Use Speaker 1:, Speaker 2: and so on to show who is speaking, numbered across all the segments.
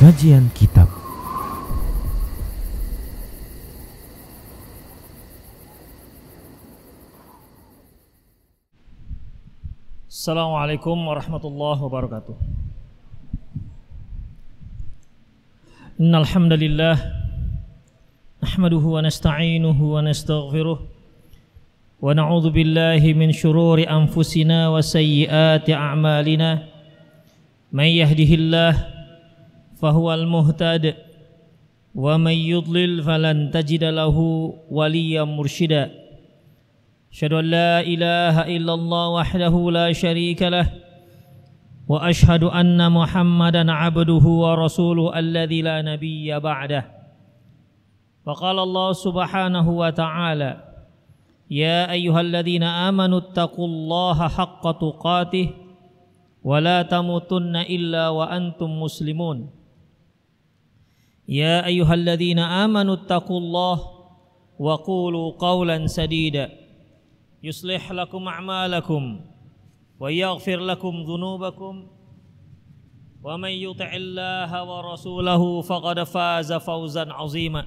Speaker 1: Kajian Kitab.
Speaker 2: Assalamualaikum warahmatullahi wabarakatuh. Innal hamdalillah nahmaduhu wa nasta'inuhu wa nastaghfiruh wa na'udzu billahi min shururi anfusina wa sayyiati a'malina. May yahdihillahu fahuwal muhtad wa may yudlil falan tajida lahu waliyyan mursyida. Asyhadu an la ilaha illallah wahdahu la syarika lah wa asyhadu anna Muhammadan abduhu wa rasuluhu alladzi la nabiyya ba'dah. Wa qala Allah subhanahu wa ta'ala, ya ayyuhalladzina amanu taqullaha haqqa tuqatih wa la tamutunna illa wa antum muslimun. Ya ayyuhalladzina amanu taqullaha wa qulu qawlan sadida yuslih lakum a'malakum wa yaghfir lakum dhunubakum wa man yuti'illaha wa rasulahu faqad faza fawzan 'azima.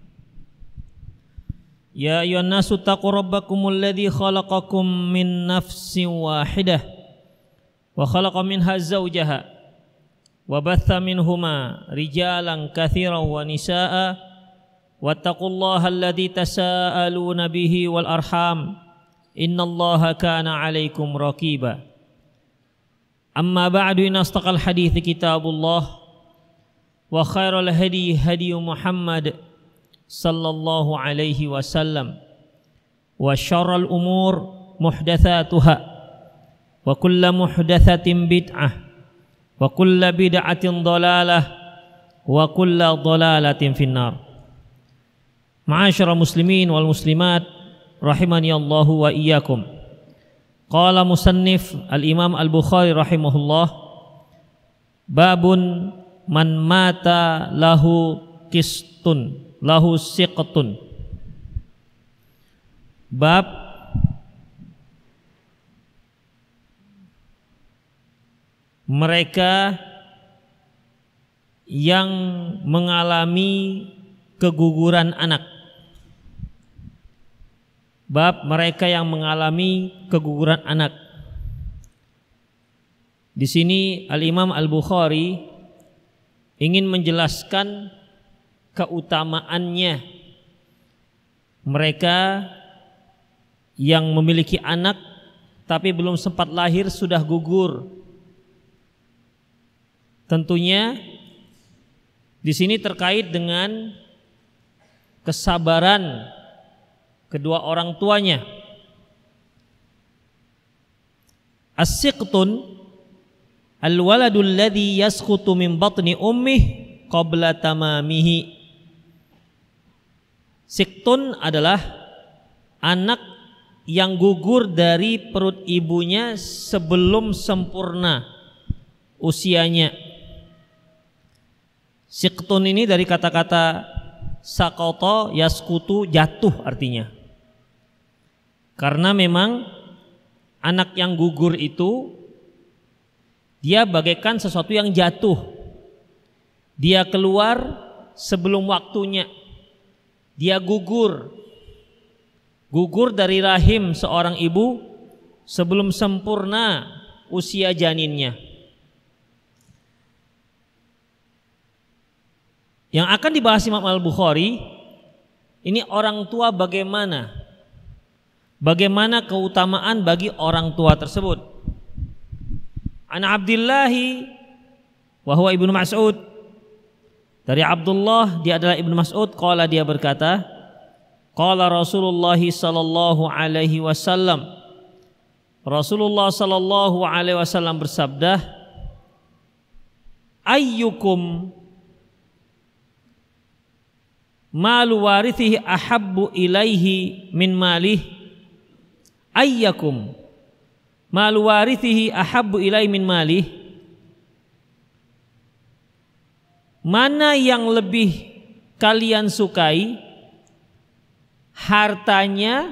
Speaker 2: Ya ayyuhan nasu taqu rabbakumul ladzi khalaqakum min nafsin wahidah wa khalaqa minha zawjaha wa batha minhuma rijalan katsiran wa nisaa'a wattaqullaha alladzi tasaaluna bihi wal arham innallaha kana 'alaikum raqiba. Amma ba'du, inna astaqal hadithi kitabullah wa khairal hadi hadi Muhammad sallallahu alaihi wasallam wa syarrul umur muhdatsatuha wa kullu muhdatsatin bid'ah wa kullu bid'atin dhalalah wa kullu dhalalatin finnar. Ma'asyiral muslimin wal muslimat rahimani Allahu wa iyyakum. Qala musannif al-Imam al-Bukhari rahimahullah, babun man mata lahu qistun lahu siqtun. Bab mereka yang mengalami keguguran anak. Bab mereka yang mengalami keguguran anak. Di sini Al-Imam Al-Bukhari ingin menjelaskan keutamaannya mereka yang memiliki anak tapi belum sempat lahir sudah gugur. Tentunya di sini terkait dengan kesabaran kedua orang tuanya. As-siqtun al-waladul ladzi yasqutu min batni ummih qabla tamamihi. Siqtun adalah anak yang gugur dari perut ibunya sebelum sempurna usianya. Siqtun ini dari kata-kata saqata yasqutu, jatuh artinya. Karena memang anak yang gugur itu dia bagaikan sesuatu yang jatuh. Dia keluar sebelum waktunya. Dia gugur dari rahim seorang ibu sebelum sempurna usia janinnya. Yang akan dibahas Imam Al-Bukhari ini orang tua bagaimana keutamaan bagi orang tua tersebut. An Abdillahi wa huwa Ibnu Mas'ud, dari Abdullah, dia adalah Ibnu Mas'ud, qala, dia berkata, qala Rasulullah sallallahu alaihi wasallam, Rasulullah sallallahu alaihi wasallam bersabda, ayyukum malu warithihi ahabbu ilaihi min malih, ayyakum malu warithihi ahabbu ilaihi min malih. Mana yang lebih kalian sukai, hartanya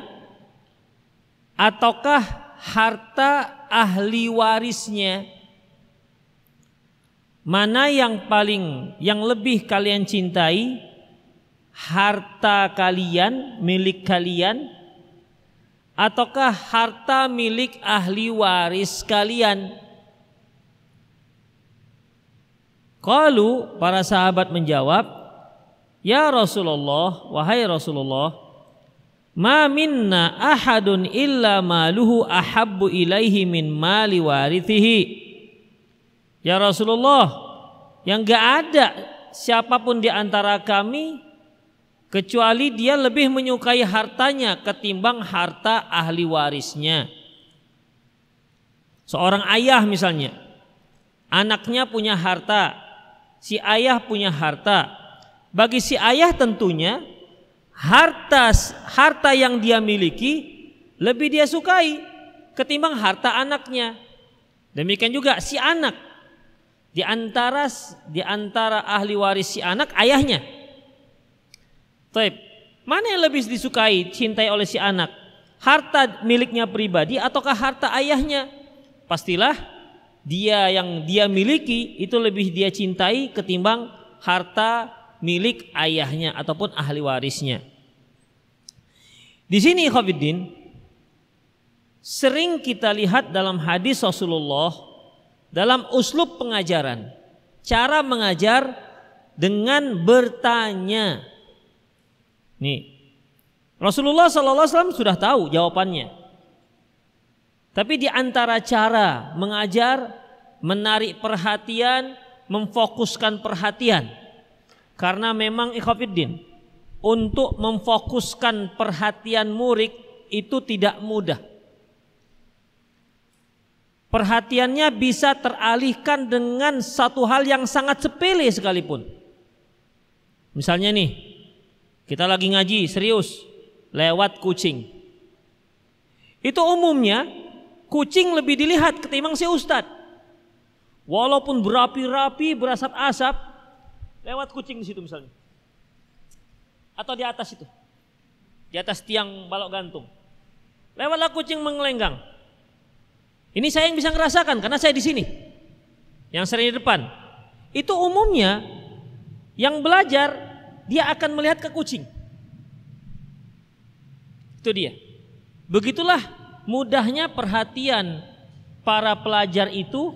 Speaker 2: ataukah harta ahli warisnya? mana yang lebih kalian cintai, harta kalian, milik kalian, ataukah harta milik ahli waris kalian? Qalu, para sahabat menjawab, ya Rasulullah, wahai Rasulullah, ma minna ahadun illa maluhu ahabbu ilaihi min mali warithihi. Ya Rasulullah, yang gak ada siapapun di antara kami kecuali dia lebih menyukai hartanya ketimbang harta ahli warisnya. Seorang ayah misalnya, anaknya punya harta, si ayah punya harta. Bagi si ayah tentunya harta yang dia miliki lebih dia sukai ketimbang harta anaknya. Demikian juga si anak, di antara ahli waris si anak, ayahnya. Taib, mana yang lebih disukai, cintai oleh si anak? Harta miliknya pribadi ataukah harta ayahnya? Pastilah yang dia miliki itu lebih dia cintai ketimbang harta milik ayahnya ataupun ahli warisnya. Di sini Khafiddin, sering kita lihat dalam hadis Rasulullah, dalam uslub pengajaran, cara mengajar dengan bertanya. Nih, Rasulullah SAW sudah tahu jawabannya. Tapi di antara cara mengajar, menarik perhatian, memfokuskan perhatian. Karena memang ikhwatiddin, untuk memfokuskan perhatian murid itu tidak mudah. Perhatiannya bisa teralihkan dengan satu hal yang sangat sepele sekalipun. Misalnya nih, kita lagi ngaji serius lewat kucing. Itu umumnya kucing lebih dilihat ketimbang si ustadz. Walaupun berapi-rapi, berasap-asap, lewat kucing di situ misalnya. Atau di atas itu. Di atas tiang balok gantung. Lewatlah kucing mengelenggang. Ini saya yang bisa ngerasakan karena saya di sini. Yang sering di depan. Itu umumnya yang belajar dia akan melihat ke kucing. Itu dia. Begitulah mudahnya perhatian para pelajar itu,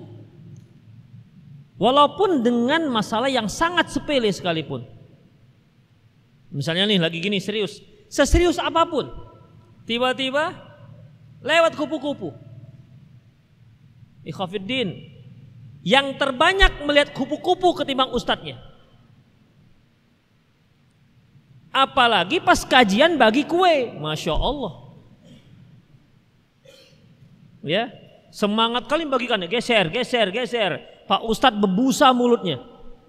Speaker 2: walaupun dengan masalah yang sangat sepele sekalipun. Misalnya nih lagi gini serius, seserius apapun, tiba-tiba lewat kupu-kupu. Ikhwatiddin, yang terbanyak melihat kupu-kupu ketimbang ustadznya. Apalagi pas kajian bagi kue, Masya Allah. Ya, semangat kali bagikannya, geser. Pak Ustadz bebusa mulutnya.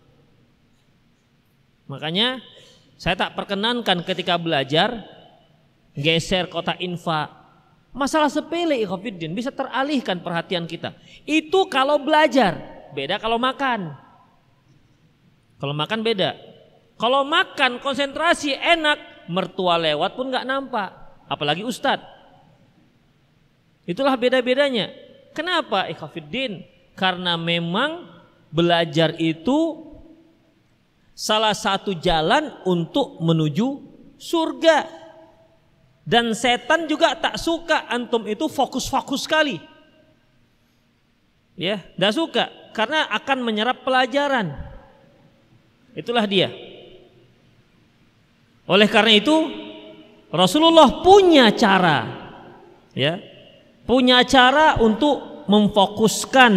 Speaker 2: Makanya saya tak perkenankan ketika belajar geser kotak infak. Masalah sepele ikhwatiddin bisa teralihkan perhatian kita. Itu kalau belajar, beda kalau makan. Kalau makan beda. Kalau makan konsentrasi enak, mertua lewat pun nggak nampak, apalagi ustadz. Itulah beda-bedanya. Kenapa ikhwatiddin? Karena memang belajar itu salah satu jalan untuk menuju surga. Dan setan juga tak suka antum itu fokus-fokus sekali. Ya, tidak suka karena akan menyerap pelajaran. Itulah dia. Oleh karena itu Rasulullah punya cara, ya, punya cara untuk memfokuskan,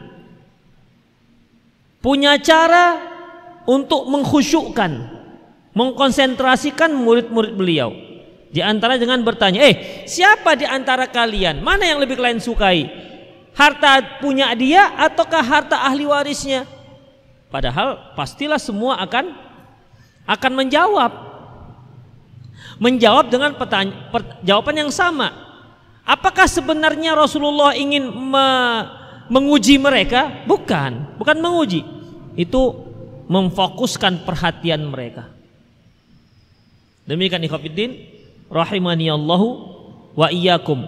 Speaker 2: punya cara untuk mengkhusyukkan, mengkonsentrasikan murid-murid beliau. Di antara dengan bertanya, siapa di antara kalian, mana yang lebih kalian sukai? Harta punya dia ataukah harta ahli warisnya? Padahal pastilah semua akan menjawab dengan jawaban yang sama. Apakah sebenarnya Rasulullah ingin menguji mereka? Bukan menguji. Itu memfokuskan perhatian mereka. Demikian ikhwatiddin rahimaniyallahu wa iyyakum.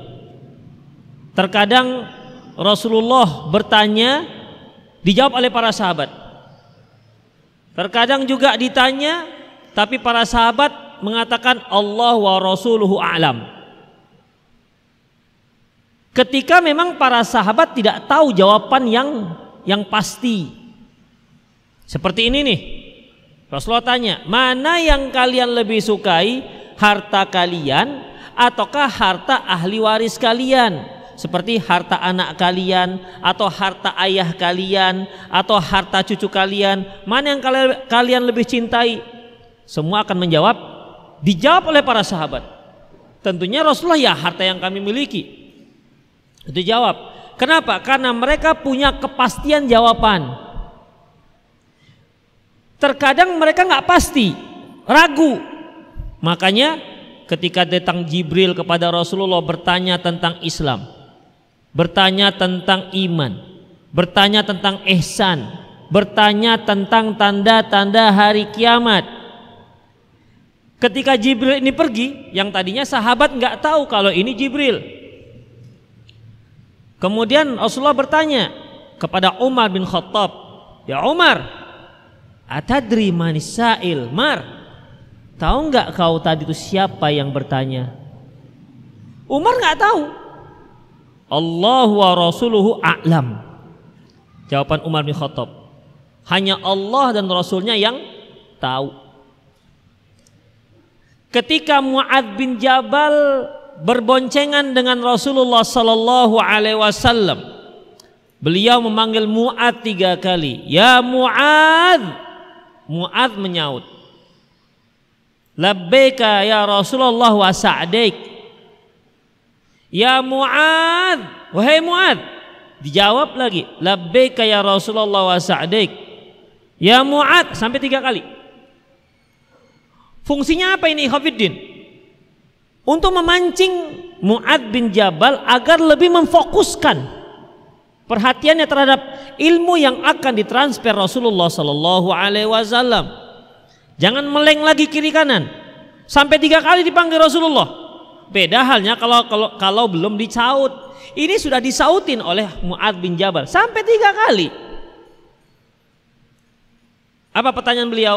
Speaker 2: Terkadang Rasulullah bertanya, dijawab oleh para sahabat. Terkadang juga ditanya, tapi para sahabat mengatakan Allah wa rasuluhu a'lam. Ketika memang para sahabat tidak tahu jawaban yang pasti. Seperti ini nih. Rasulullah tanya, mana yang kalian lebih sukai, harta kalian ataukah harta ahli waris kalian? Seperti harta anak kalian atau harta ayah kalian atau harta cucu kalian, mana yang kalian lebih cintai? Semua akan menjawab, dijawab oleh para sahabat. Tentunya Rasulullah, ya harta yang kami miliki. Itu jawab. Kenapa? Karena mereka punya kepastian jawaban. Terkadang mereka nggak pasti, ragu. Makanya ketika datang Jibril kepada Rasulullah bertanya tentang Islam, bertanya tentang iman, bertanya tentang ihsan, bertanya tentang tanda-tanda hari kiamat. Ketika Jibril ini pergi, yang tadinya sahabat nggak tahu kalau ini Jibril. Kemudian Rasulullah bertanya kepada Umar bin Khattab, ya Umar, atadri manis sa'il? Mar, tahu nggak kau tadi itu siapa yang bertanya? Umar nggak tahu. Allah wa rasuluhu a'lam. Jawaban Umar bin Khattab, hanya Allah dan Rasulnya yang tahu. Ketika Mu'adz bin Jabal berboncengan dengan Rasulullah sallallahu alaihi wasallam, beliau memanggil Mu'adz 3 kali. Ya Mu'adz. Mu'adz menyaut, labbaika ya Rasulullah wa sa'daik. Ya Mu'adz, wahai Mu'adz. Dijawab lagi, labbaika ya Rasulullah wa sa'daik. Ya Mu'adz, sampai 3 kali. Fungsinya apa ini, Khafiddin? Untuk memancing Mu'adz bin Jabal agar lebih memfokuskan perhatiannya terhadap ilmu yang akan ditransfer Rasulullah sallallahu alaihi wasallam. Jangan meleng lagi kiri kanan. Sampai 3 kali dipanggil Rasulullah. Beda halnya kalau belum disaut. Ini sudah disautin oleh Mu'adz bin Jabal sampai 3 kali. Apa pertanyaan beliau?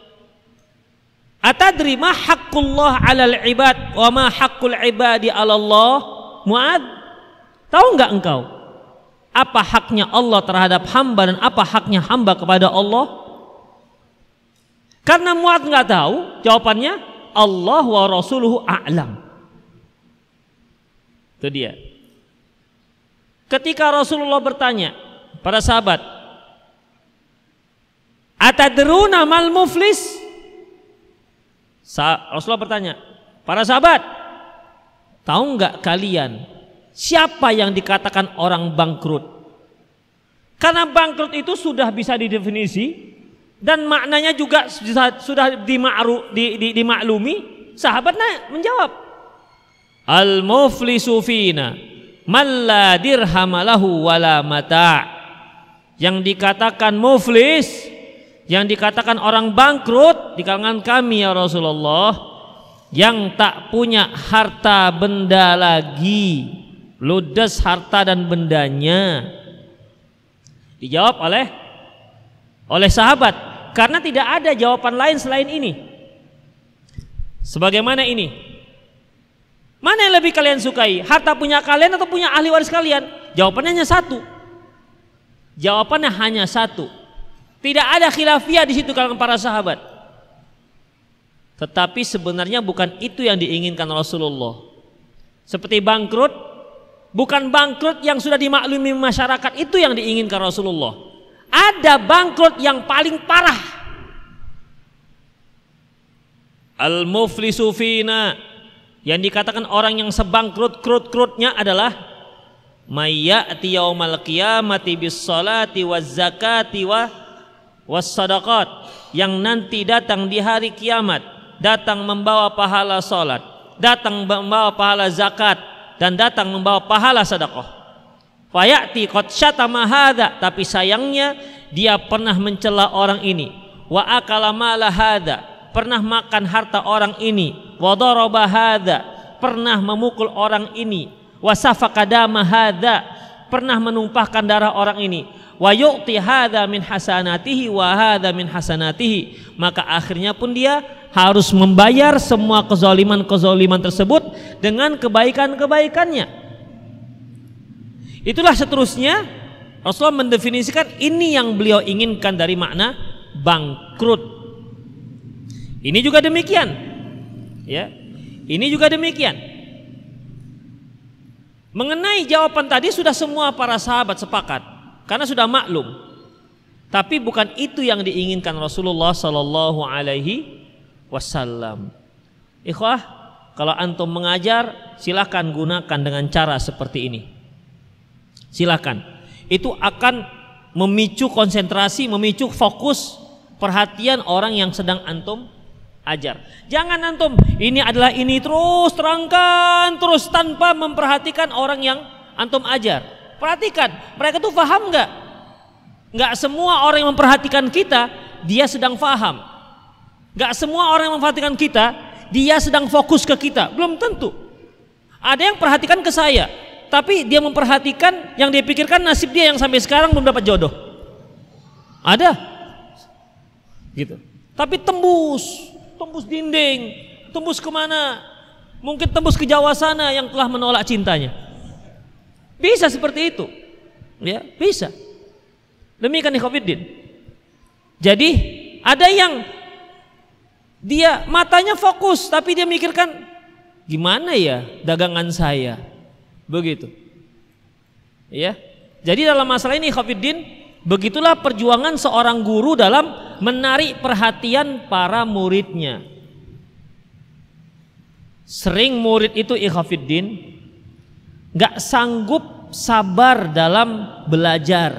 Speaker 2: Atadri ma haqqullah 'alal ibad wa ma haqqul ibadi 'ala Allah? Mu'adz, tahu enggak engkau apa haknya Allah terhadap hamba dan apa haknya hamba kepada Allah? Karena Mu'adz enggak tahu, jawabannya Allah wa rasuluhu a'lam. Itu dia. Ketika Rasulullah bertanya para sahabat, atadruna mal muflis? Rasulullah bertanya, para sahabat, tahu nggak kalian siapa yang dikatakan orang bangkrut? Karena bangkrut itu sudah bisa didefinisi dan maknanya juga sudah dimaklumi. Sahabatnya menjawab, al muflisu fina man la dirham lahu wala mata'. Yang dikatakan muflis, yang dikatakan orang bangkrut di kalangan kami ya Rasulullah, yang tak punya harta benda lagi, ludes harta dan bendanya. Dijawab oleh sahabat karena tidak ada jawaban lain selain ini. Sebagaimana ini, mana yang lebih kalian sukai, harta punya kalian atau punya ahli waris kalian? Jawabannya hanya satu. Jawabannya hanya satu. Tidak ada khilafiyah di situ kalangan para sahabat. Tetapi sebenarnya bukan itu yang diinginkan Rasulullah. Seperti bangkrut, bukan bangkrut yang sudah dimaklumi masyarakat itu yang diinginkan Rasulullah. Ada bangkrut yang paling parah. Al-muflisu fina, yang dikatakan orang yang sebangkrut-krut-krutnya adalah mayyati yaumal qiyamati bis salati waz zakati wassadaqat, yang nanti datang di hari kiamat, datang membawa pahala salat, datang membawa pahala zakat, dan datang membawa pahala sedekah. Fayati qad syatama hadza, tapi sayangnya dia pernah mencela orang ini. Wa akala mala hadza, pernah makan harta orang ini. Wa daraba hadza, pernah memukul orang ini. Wa safaka dama hadza, pernah menumpahkan darah orang ini, wa yu'ti hadza min hasanatihi wa hadza min hasanatihi, maka akhirnya pun dia harus membayar semua kezaliman tersebut dengan kebaikannya. Itulah seterusnya Rasulullah mendefinisikan ini yang beliau inginkan dari makna bangkrut. Ini juga demikian, ya. Ini juga demikian. Mengenai jawaban tadi sudah semua para sahabat sepakat karena sudah maklum. Tapi bukan itu yang diinginkan Rasulullah sallallahu alaihi wasallam. Ikhwah, kalau antum mengajar silakan gunakan dengan cara seperti ini. Silakan. Itu akan memicu konsentrasi, memicu fokus perhatian orang yang sedang antum ajar. Jangan antum ini adalah ini terus terangkan terus tanpa memperhatikan orang yang antum ajar. Perhatikan mereka tuh paham nggak? Nggak semua orang yang memperhatikan kita dia sedang paham. Nggak semua orang yang memperhatikan kita dia sedang fokus ke kita. Belum tentu. Ada yang perhatikan ke saya, tapi dia memperhatikan yang dia pikirkan nasib dia yang sampai sekarang belum dapat jodoh. Ada, gitu. Tapi tembus dinding, tembus kemana? Mungkin tembus ke Jawa sana yang telah menolak cintanya. Bisa seperti itu, ya bisa. Demikian ikhwatiddin. Jadi ada yang dia matanya fokus, tapi dia mikirkan gimana ya dagangan saya, begitu. Ya, jadi dalam masalah ini ikhwatiddin, begitulah perjuangan seorang guru dalam menarik perhatian para muridnya. Sering murid itu ikhwatiddin gak sanggup sabar dalam belajar,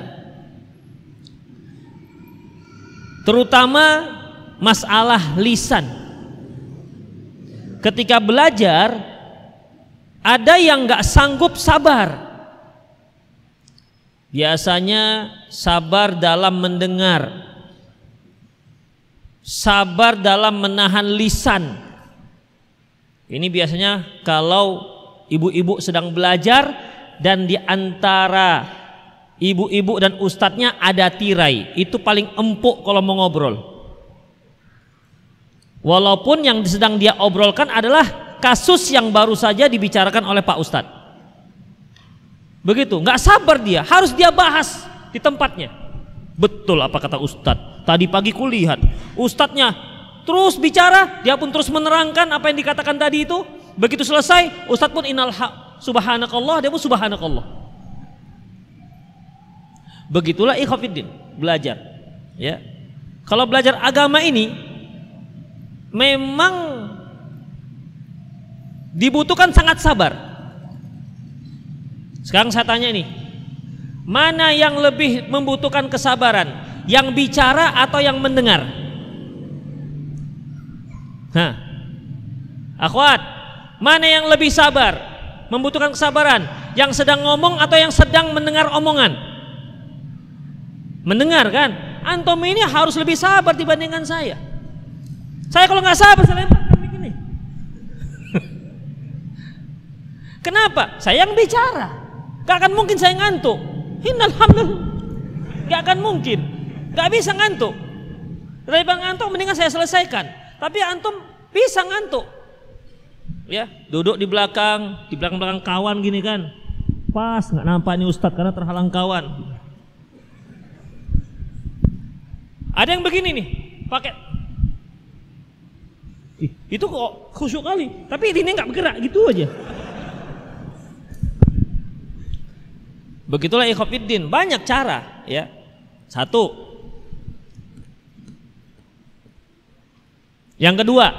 Speaker 2: terutama masalah lisan. Ketika belajar ada yang gak sanggup sabar. Biasanya sabar dalam mendengar, sabar dalam menahan lisan. Ini biasanya kalau ibu-ibu sedang belajar dan di antara ibu-ibu dan ustadznya ada tirai, itu paling empuk kalau mau ngobrol. Walaupun yang sedang dia obrolkan adalah kasus yang baru saja dibicarakan oleh Pak Ustadz. Begitu, nggak sabar dia, harus dia bahas di tempatnya. Betul apa kata Ustadz, tadi pagi kulihat Ustadznya terus bicara, dia pun terus menerangkan apa yang dikatakan tadi itu. Begitu selesai, Ustadz pun subhanakallah, dia pun subhanakallah. Begitulah ikhwatiddin belajar, ya. Kalau belajar agama ini memang dibutuhkan sangat sabar. Sekarang saya tanya ini, mana yang lebih membutuhkan kesabaran? Yang bicara atau yang mendengar? Akhwat, mana yang lebih sabar? Membutuhkan kesabaran? Yang sedang ngomong atau yang sedang mendengar omongan? Mendengar kan? Antum ini harus lebih sabar dibandingkan saya. Saya kalau nggak sabar saya lemparkan begini. Kenapa? Saya yang bicara. Gak akan mungkin saya ngantuk. Alhamdulillah. Gak akan mungkin. Gak bisa ngantuk. Daripada ngantuk mendingan saya selesaikan. Tapi antum bisa ngantuk. Ya, duduk di belakang kawan gini kan. Pas nggak nampak nih Ustadz karena terhalang kawan. Ada yang begini nih, pakai. Itu kok khusyuk kali. Tapi ini nggak bergerak gitu aja. Begitulah ikhwatiddin, banyak cara, ya. Satu. Yang kedua,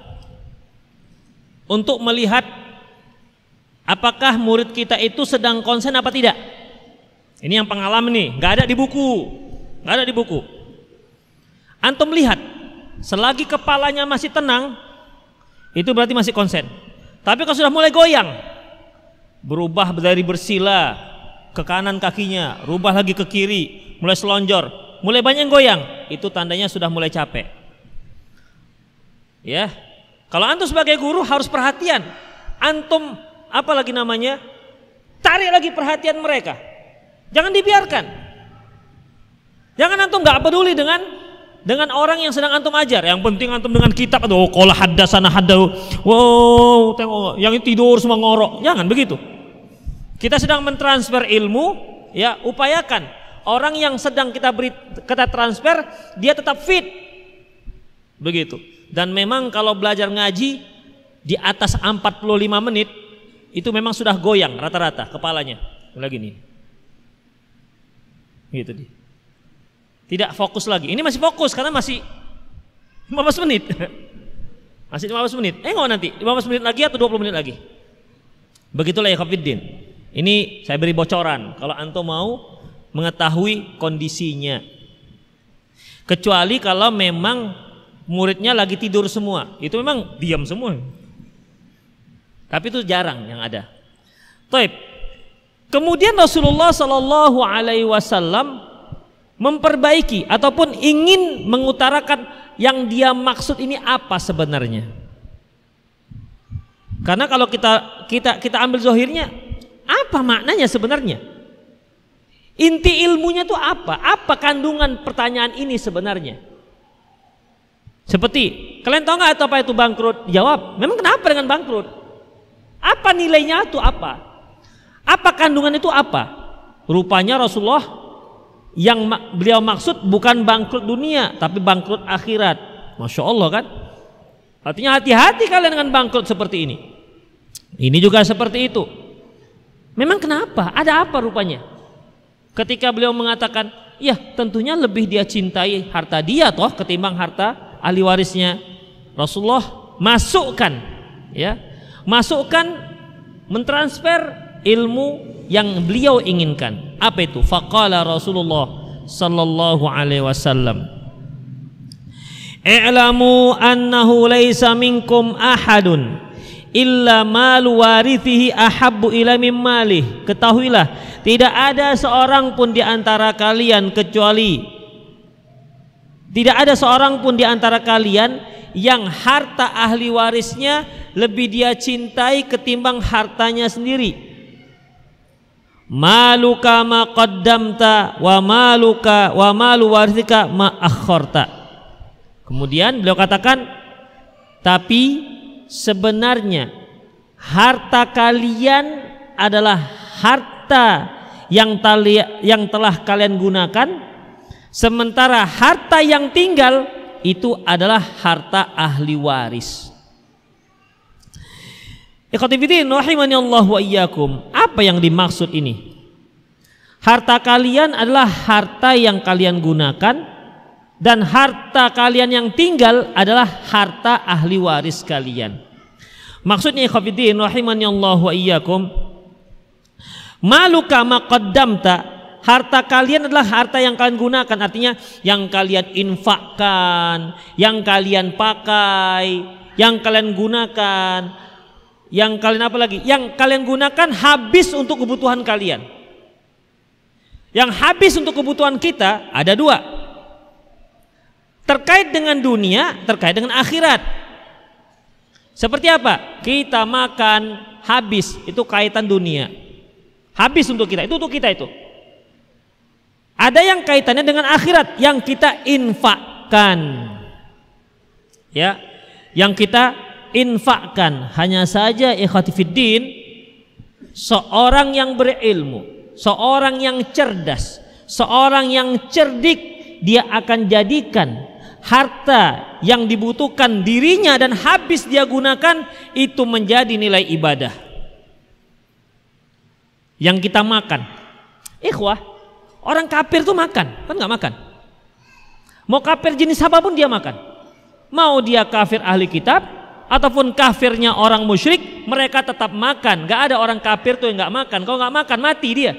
Speaker 2: untuk melihat apakah murid kita itu sedang konsen apa tidak. Ini yang pengalaman nih, nggak ada di buku. Antum lihat, selagi kepalanya masih tenang, itu berarti masih konsen. Tapi kalau sudah mulai goyang, berubah dari bersila ke kanan kakinya, rubah lagi ke kiri, mulai selonjor, mulai banyak yang goyang, itu tandanya sudah mulai capek. Ya, kalau antum sebagai guru harus perhatian, antum tarik lagi perhatian mereka. Jangan dibiarkan. Jangan antum nggak peduli dengan orang yang sedang antum ajar. Yang penting antum dengan kitab, aduh qala haddatsana haddahu. Wow, tengok yang tidur semua ngorok. Jangan begitu. Kita sedang mentransfer ilmu, ya, upayakan orang yang sedang kita transfer dia tetap fit. Begitu. Dan memang kalau belajar ngaji di atas 45 menit itu memang sudah goyang rata-rata kepalanya. Lagi nih. Gitu dia. Tidak fokus lagi. Ini masih fokus karena masih 15 menit. Masih 15 menit. Nggak nanti 15 menit lagi atau 20 menit lagi. Begitulah ya Khafiddin. Ini saya beri bocoran kalau antum mau mengetahui kondisinya. Kecuali kalau memang muridnya lagi tidur semua. Itu memang diam semua. Tapi itu jarang yang ada. Taib. Kemudian Rasulullah Shallallahu Alaihi Wasallam memperbaiki ataupun ingin mengutarakan yang dia maksud ini apa sebenarnya. Karena kalau kita ambil zahirnya, apa maknanya sebenarnya? Inti ilmunya itu apa? Apa kandungan pertanyaan ini sebenarnya? Seperti kalian tahu nggak apa itu bangkrut? Jawab. Memang kenapa dengan bangkrut? Apa nilainya itu apa? Apa kandungan itu apa? Rupanya Rasulullah yang beliau maksud bukan bangkrut dunia, tapi bangkrut akhirat. Masya Allah kan? Artinya hati-hati kalian dengan bangkrut seperti ini. Ini juga seperti itu. Memang kenapa? Ada apa rupanya? Ketika beliau mengatakan, ya tentunya lebih dia cintai harta dia toh ketimbang harta ahli warisnya. Rasulullah masukkan, ya, mentransfer ilmu yang beliau inginkan. Apa itu? Faqala Rasulullah sallallahu alaihi wasallam, "I'lamu annahu laisa minkum ahadun illa malu warithihi ahabbu ila min malih." Ketahuilah, tidak ada seorang pun di antara kalian yang harta ahli warisnya lebih dia cintai ketimbang hartanya sendiri. Maluka ma qaddamta wa malu warithika ma akhorta. Kemudian beliau katakan, tapi sebenarnya harta kalian adalah harta yang telah kalian gunakan, sementara harta yang tinggal itu adalah harta ahli waris. Ikhwatifiddin rahimani Allah wa iyyakum. Apa yang dimaksud ini? Harta kalian adalah harta yang kalian gunakan, dan harta kalian yang tinggal adalah harta ahli waris kalian. Maksudnya ikhwatifiddin rahimani Allah wa iyyakum, maluka ma qaddamta, harta kalian adalah harta yang kalian gunakan, artinya yang kalian infakkan, yang kalian pakai, yang kalian gunakan, yang kalian apa lagi? Yang kalian gunakan habis untuk kebutuhan kalian. Yang habis untuk kebutuhan kita ada dua. Terkait dengan dunia, terkait dengan akhirat. Seperti apa? Kita makan habis, itu kaitan dunia. Habis untuk kita, itu untuk kita itu. Ada yang kaitannya dengan akhirat yang kita infakkan. Ya, yang kita infakkan. Hanya saja ikhwatifiddin, seorang yang berilmu, seorang yang cerdas, seorang yang cerdik, dia akan jadikan harta yang dibutuhkan dirinya dan habis dia gunakan itu menjadi nilai ibadah yang kita makan. Ikhwah, orang kafir tuh makan, kan nggak makan? Mau kafir jenis apapun dia makan. Mau dia kafir ahli kitab ataupun kafirnya orang musyrik, mereka tetap makan. Gak ada orang kafir tuh yang gak makan. Kalau gak makan mati dia.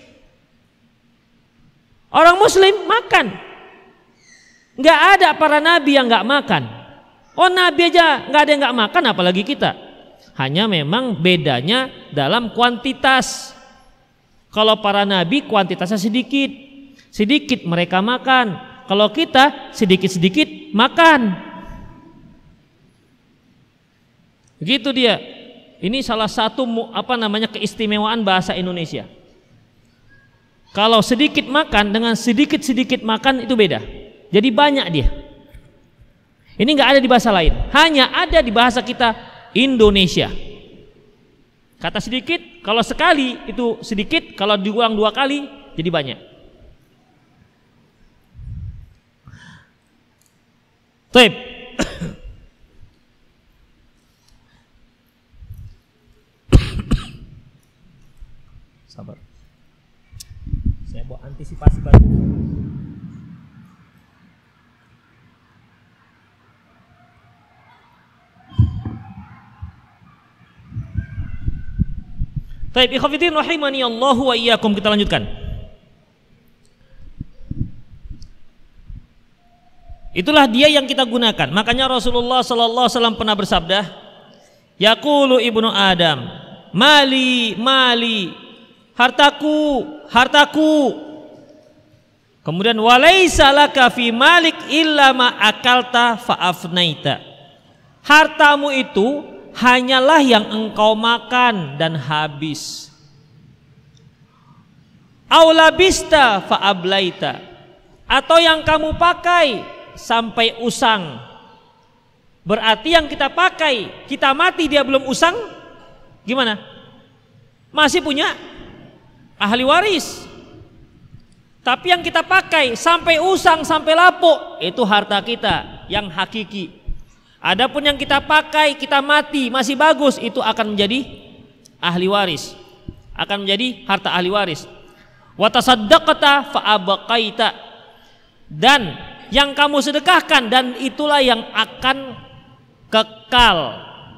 Speaker 2: Orang muslim makan. Gak ada para nabi yang gak makan. Oh, nabi aja gak ada yang gak makan, apalagi kita. Hanya memang bedanya dalam kuantitas. Kalau para nabi kuantitasnya sedikit, sedikit mereka makan. Kalau kita sedikit-sedikit makan. Begitu dia. Ini salah satu keistimewaan bahasa Indonesia. Kalau sedikit makan dengan sedikit makan itu beda. Jadi banyak dia. Ini nggak ada di bahasa lain, hanya ada di bahasa kita Indonesia. Kata sedikit, kalau sekali itu sedikit, kalau diulang 2 kali jadi banyak. Baik. Sabar. Saya buat antisipasi baru. Baik, ikhwatiddin rahimani Allah wa iyyakum, kita lanjutkan. Itulah dia yang kita gunakan. Makanya Rasulullah sallallahu alaihi wasallam pernah bersabda, yaqulu ibnu Adam, mali mali, hartaku hartaku. Kemudian walaisa laka fi malik illa ma akalta fa afnaita. Hartamu itu hanyalah yang engkau makan dan habis. Aulabista fa ablaita, atau yang kamu pakai sampai usang. Berarti yang kita pakai, kita mati dia belum usang, gimana? Masih punya ahli waris. Tapi yang kita pakai sampai usang, sampai lapuk, itu harta kita yang hakiki. Adapun yang kita pakai, kita mati masih bagus, itu akan menjadi ahli waris, akan menjadi harta ahli waris. Wa tasaddaqta fa abqaita, dan yang kamu sedekahkan, dan itulah yang akan kekal.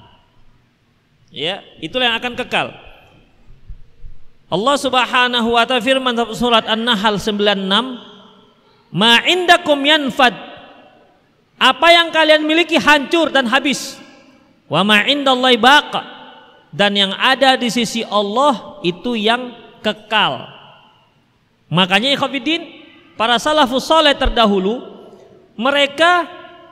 Speaker 2: Ya, itulah yang akan kekal. Allah Subhanahu wa ta'ala firman surat An-Nahl 96, ma indakum yanfad, apa yang kalian miliki hancur dan habis. Wa ma indallahi baqa, dan yang ada di sisi Allah itu yang kekal. Makanya ikhwatiddin, para salafus saleh terdahulu mereka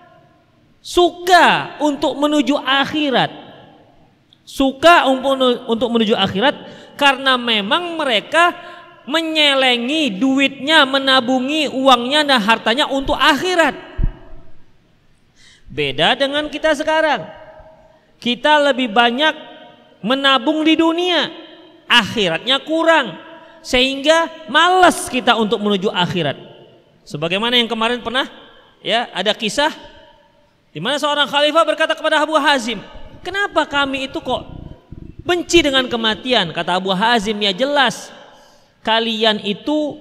Speaker 2: suka untuk menuju akhirat. Suka untuk menuju akhirat karena memang mereka menyelengi duitnya, menabungi uangnya dan hartanya untuk akhirat. Beda dengan kita sekarang. Kita lebih banyak menabung di dunia, akhiratnya kurang, sehingga malas kita untuk menuju akhirat. Sebagaimana yang kemarin pernah ya ada kisah di mana seorang khalifah berkata kepada Abu Hazim, kenapa kami itu kok benci dengan kematian? Kata Abu Hazim, ya jelas kalian itu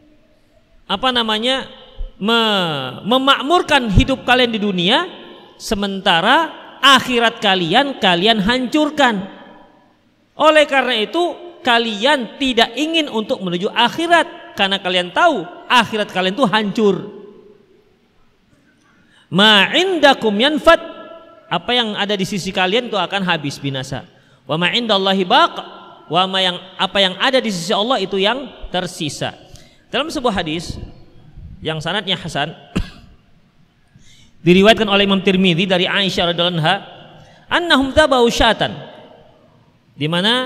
Speaker 2: memakmurkan hidup kalian di dunia, sementara akhirat kalian hancurkan. Oleh karena itu kalian tidak ingin untuk menuju akhirat, karena kalian tahu akhirat kalian itu hancur. Ma indakum yanfad, apa yang ada di sisi kalian itu akan habis, binasa. Wa ma indallahi baq, apa yang ada di sisi Allah itu yang tersisa. Dalam sebuah hadis yang sanadnya hasan diriwayatkan oleh Imam Tirmidzi dari Aisyah radhiyallahu anha, annahum tabau syatan, di mana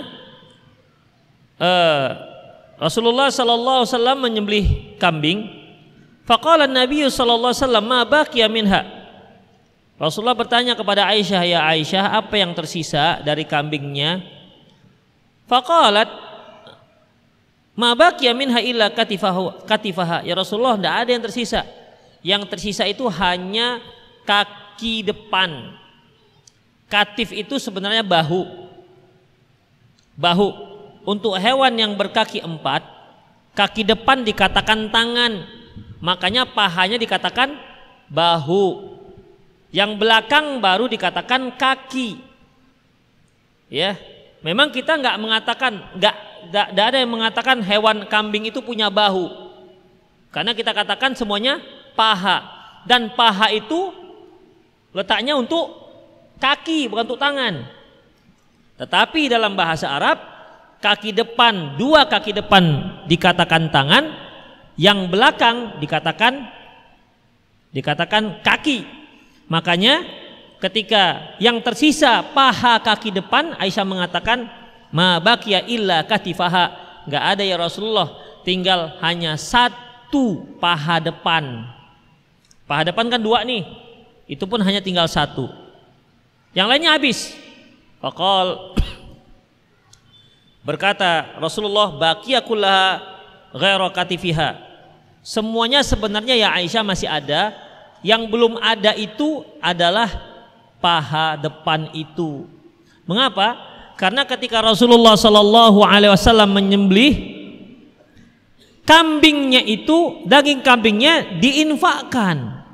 Speaker 2: Rasulullah sallallahu alaihi wasallam menyembelih kambing. Faqala an-nabiy sallallahu alaihi wasallam ma baqiya minha. Rasulullah bertanya kepada Aisyah, ya Aisyah, apa yang tersisa dari kambingnya? Faqalat ma baqiya minha illa katifaha. Ya Rasulullah, tidak ada yang tersisa. Yang tersisa itu hanya kaki depan. Katif itu sebenarnya bahu. Bahu. Untuk hewan yang berkaki 4, kaki depan dikatakan tangan, makanya pahanya dikatakan bahu. Yang belakang baru dikatakan kaki. Ya, memang kita nggak ada yang mengatakan hewan kambing itu punya bahu, karena kita katakan semuanya paha, dan paha itu letaknya untuk kaki, bukan untuk tangan. Tetapi dalam bahasa Arab, kaki depan, 2 kaki depan dikatakan tangan, yang belakang dikatakan kaki. Makanya ketika yang tersisa paha kaki depan, Aisyah mengatakan ma baqiya illa katifaha, enggak ada ya Rasulullah tinggal hanya satu paha depan. Paha depan kan 2 nih, itu pun hanya tinggal 1. Yang lainnya habis. Faqal, berkata Rasulullah, baqiya kullaha ghairu katifiha. Semuanya sebenarnya ya Aisyah masih ada. Yang belum ada itu adalah paha depan itu. Mengapa? Karena ketika Rasulullah Shallallahu Alaihi Wasallam menyembelih kambingnya itu, daging kambingnya diinfakkan,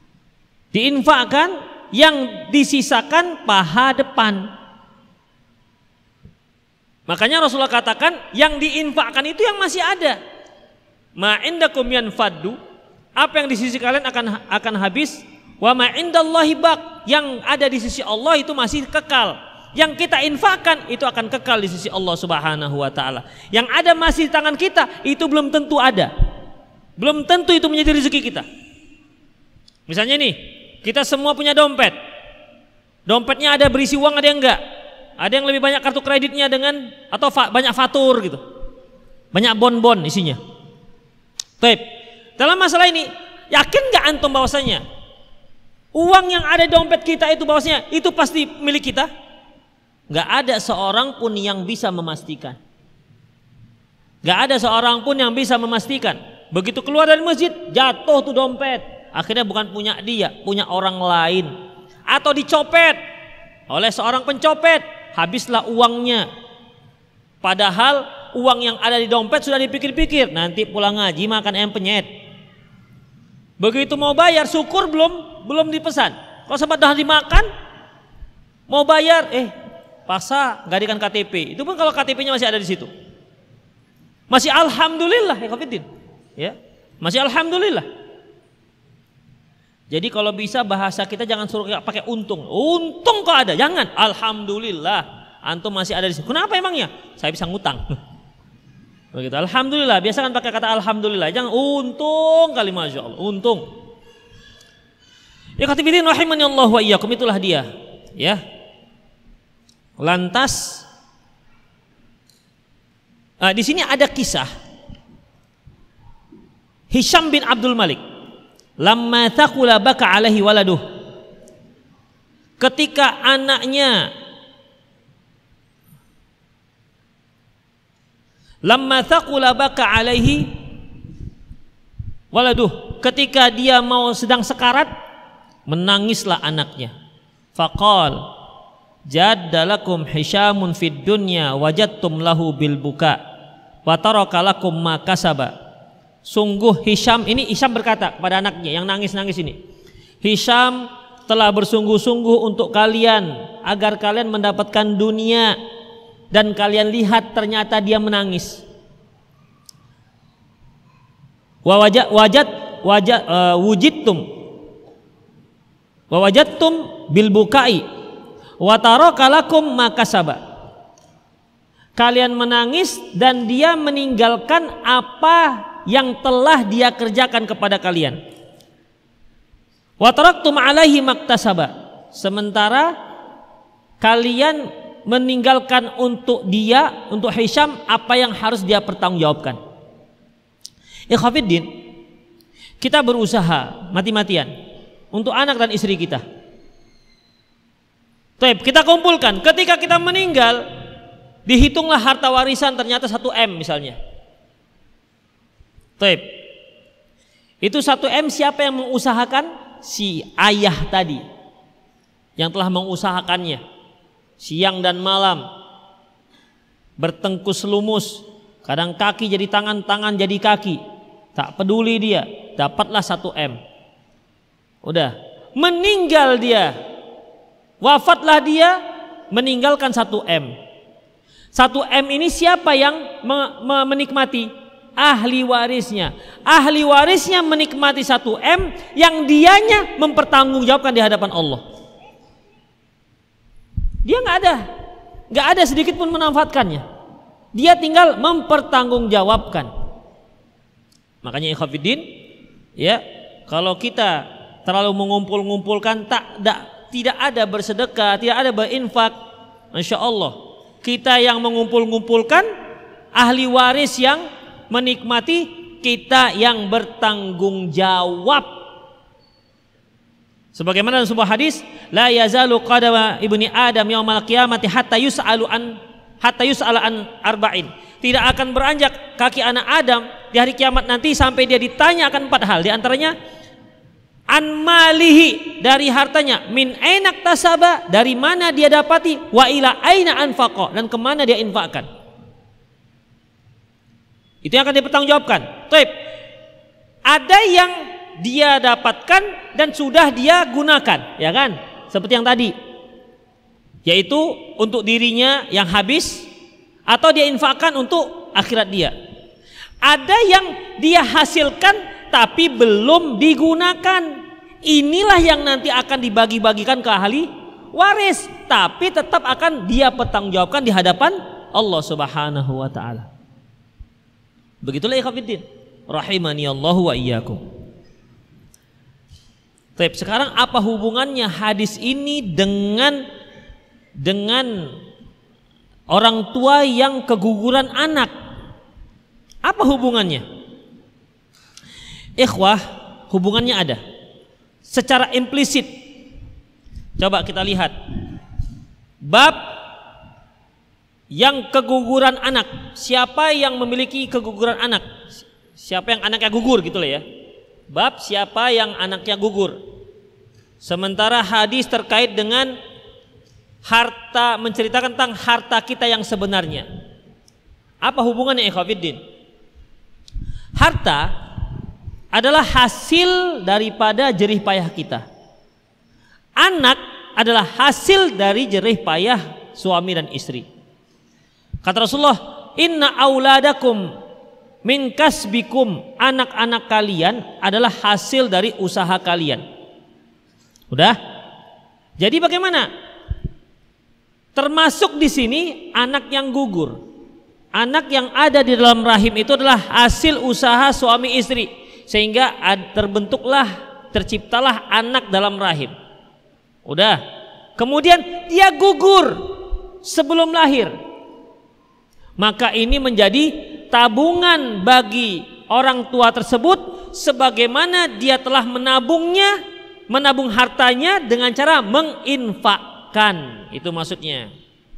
Speaker 2: yang disisakan paha depan. Makanya Rasulullah katakan yang diinfakkan itu yang masih ada. Ma indakum yanfaddu, apa yang di sisi kalian akan habis. Wa ma indallahi baq, yang ada di sisi Allah itu masih kekal. Yang kita infakkan itu akan kekal di sisi Allah Subhanahu wa taala. Yang ada masih di tangan kita itu belum tentu ada. Belum tentu itu menjadi rezeki kita. Misalnya nih, kita semua punya dompet. Dompetnya ada berisi uang, ada yang enggak. Ada yang lebih banyak kartu kreditnya dengan atau banyak fatur gitu. Banyak bon-bon isinya. Baik. Dalam masalah ini, yakin enggak antum bahwasanya uang yang ada di dompet kita itu bahwasanya itu pasti milik kita? Enggak ada seorang pun yang bisa memastikan. Enggak ada seorang pun yang bisa memastikan. Begitu keluar dari masjid, jatuh tuh dompet. Akhirnya bukan punya dia, punya orang lain. Atau dicopet oleh seorang pencopet, habislah uangnya. Padahal uang yang ada di dompet sudah dipikir-pikir, nanti pulang ngaji makan ayam penyet. Begitu mau bayar, syukur belum dipesan. Kalau sempat dah dimakan, mau bayar, pasa nggak adikan KTP. Itu pun kalau KTP-nya masih ada di situ. Masih alhamdulillah ya Khafidin. Ya, masih alhamdulillah. Jadi kalau bisa bahasa kita jangan suruh pakai untung. Untung kok ada, jangan. Alhamdulillah, antum masih ada di situ. Kenapa emangnya? Saya bisa ngutang. Begitu. Alhamdulillah, biasakan pakai kata alhamdulillah. Jangan untung kali, masya Allah. Untung. Ya khatibidin rahimani Allah wa iyyakum, itulah dia. Ya. Lantas, di sini ada kisah Hisham bin Abdul Malik. Lamma thaqula baka alaihi waladuh. Ketika anaknya lamma thaqula baka alaihi waladuh, ketika dia mau sedang sekarat, menangislah anaknya. Faqal jaddalakum Hishamun fid dunya wajadtum lahu bil buka wa taraka lakum ma kasaba. Sungguh Hisham, ini Hisham berkata kepada anaknya yang nangis-nangis ini, Hisham telah bersungguh-sungguh untuk kalian agar kalian mendapatkan dunia, dan kalian lihat ternyata dia menangis. Wajadtum bil bukai wa taraka lakum ma kasaba. Kalian menangis dan dia meninggalkan apa yang telah dia kerjakan kepada kalian. Wa taraktum alaihi maktasaba. Sementara kalian meninggalkan untuk dia, untuk Hisham, apa yang harus dia pertanggungjawabkan. Ikhwatiddin, kita berusaha mati-matian untuk anak dan istri kita. Taib, kita kumpulkan. Ketika kita meninggal, dihitunglah harta warisan, ternyata 1 M misalnya. Taib. Itu 1 M siapa yang mengusahakan? Si ayah tadi yang telah mengusahakannya. Siang dan malam bertengkus lumus, kadang kaki jadi tangan, tangan jadi kaki. Tak peduli dia, dapatlah 1 M. Udah, meninggal dia, wafatlah dia, meninggalkan 1 M. 1 M ini siapa yang menikmati? Ahli warisnya. Ahli warisnya menikmati 1 M yang dianya mempertanggungjawabkan di hadapan Allah. Dia nggak ada sedikit pun memanfaatkannya. Dia tinggal mempertanggungjawabkan. Makanya ikhwatiddin, ya, kalau kita terlalu mengumpul-ngumpulkan, tidak ada bersedekah, tidak ada berinfak, Masya Allah, kita yang mengumpul-ngumpulkan, ahli waris yang menikmati, kita yang bertanggung jawab. Sebagaimana dalam sebuah hadis, la yazalu qadama ibni Adam yaumal qiyamati hatta yus'ala an arba'in. Tidak akan beranjak kaki anak Adam di hari kiamat nanti sampai dia ditanya akan 4 hal. Di antaranya an malihi, dari hartanya, min ainak tasaba, dari mana dia dapati, wa ila aina anfaqa, dan kemana dia infakkan. Itu yang akan dipertanggungjawabkan. Baik. Ada yang dia dapatkan dan sudah dia gunakan, ya kan? Seperti yang tadi, yaitu untuk dirinya yang habis atau dia infakkan untuk akhirat dia. Ada yang dia hasilkan tapi belum digunakan. Inilah yang nanti akan dibagi-bagikan ke ahli waris, tapi tetap akan dia pertanggungjawabkan di hadapan Allah Subhanahu wa taala. Begitulah ikhwatiddin rahimani Allah wa iyyakum. Baik, sekarang apa hubungannya hadis ini dengan orang tua yang keguguran anak? Apa hubungannya? Ikhwah, hubungannya ada secara implisit. Coba kita lihat bab yang keguguran anak. Siapa yang memiliki keguguran anak? Siapa yang anaknya gugur gitu lah ya. Bab siapa yang anaknya gugur. Sementara hadis terkait dengan harta, menceritakan tentang harta kita yang sebenarnya. Apa hubungannya ikhwatiddin? Harta adalah hasil daripada jerih payah kita. Anak adalah hasil dari jerih payah suami dan istri. Kata Rasulullah, inna auladakum min kasbikum, anak-anak kalian adalah hasil dari usaha kalian. Udah? Jadi bagaimana? Termasuk di sini anak yang gugur. Anak yang ada di dalam rahim itu adalah hasil usaha suami istri, sehingga terbentuklah, terciptalah anak dalam rahim. Udah. Kemudian dia gugur sebelum lahir. Maka ini menjadi tabungan bagi orang tua tersebut, sebagaimana dia telah menabung hartanya dengan cara menginfakkan. Itu maksudnya.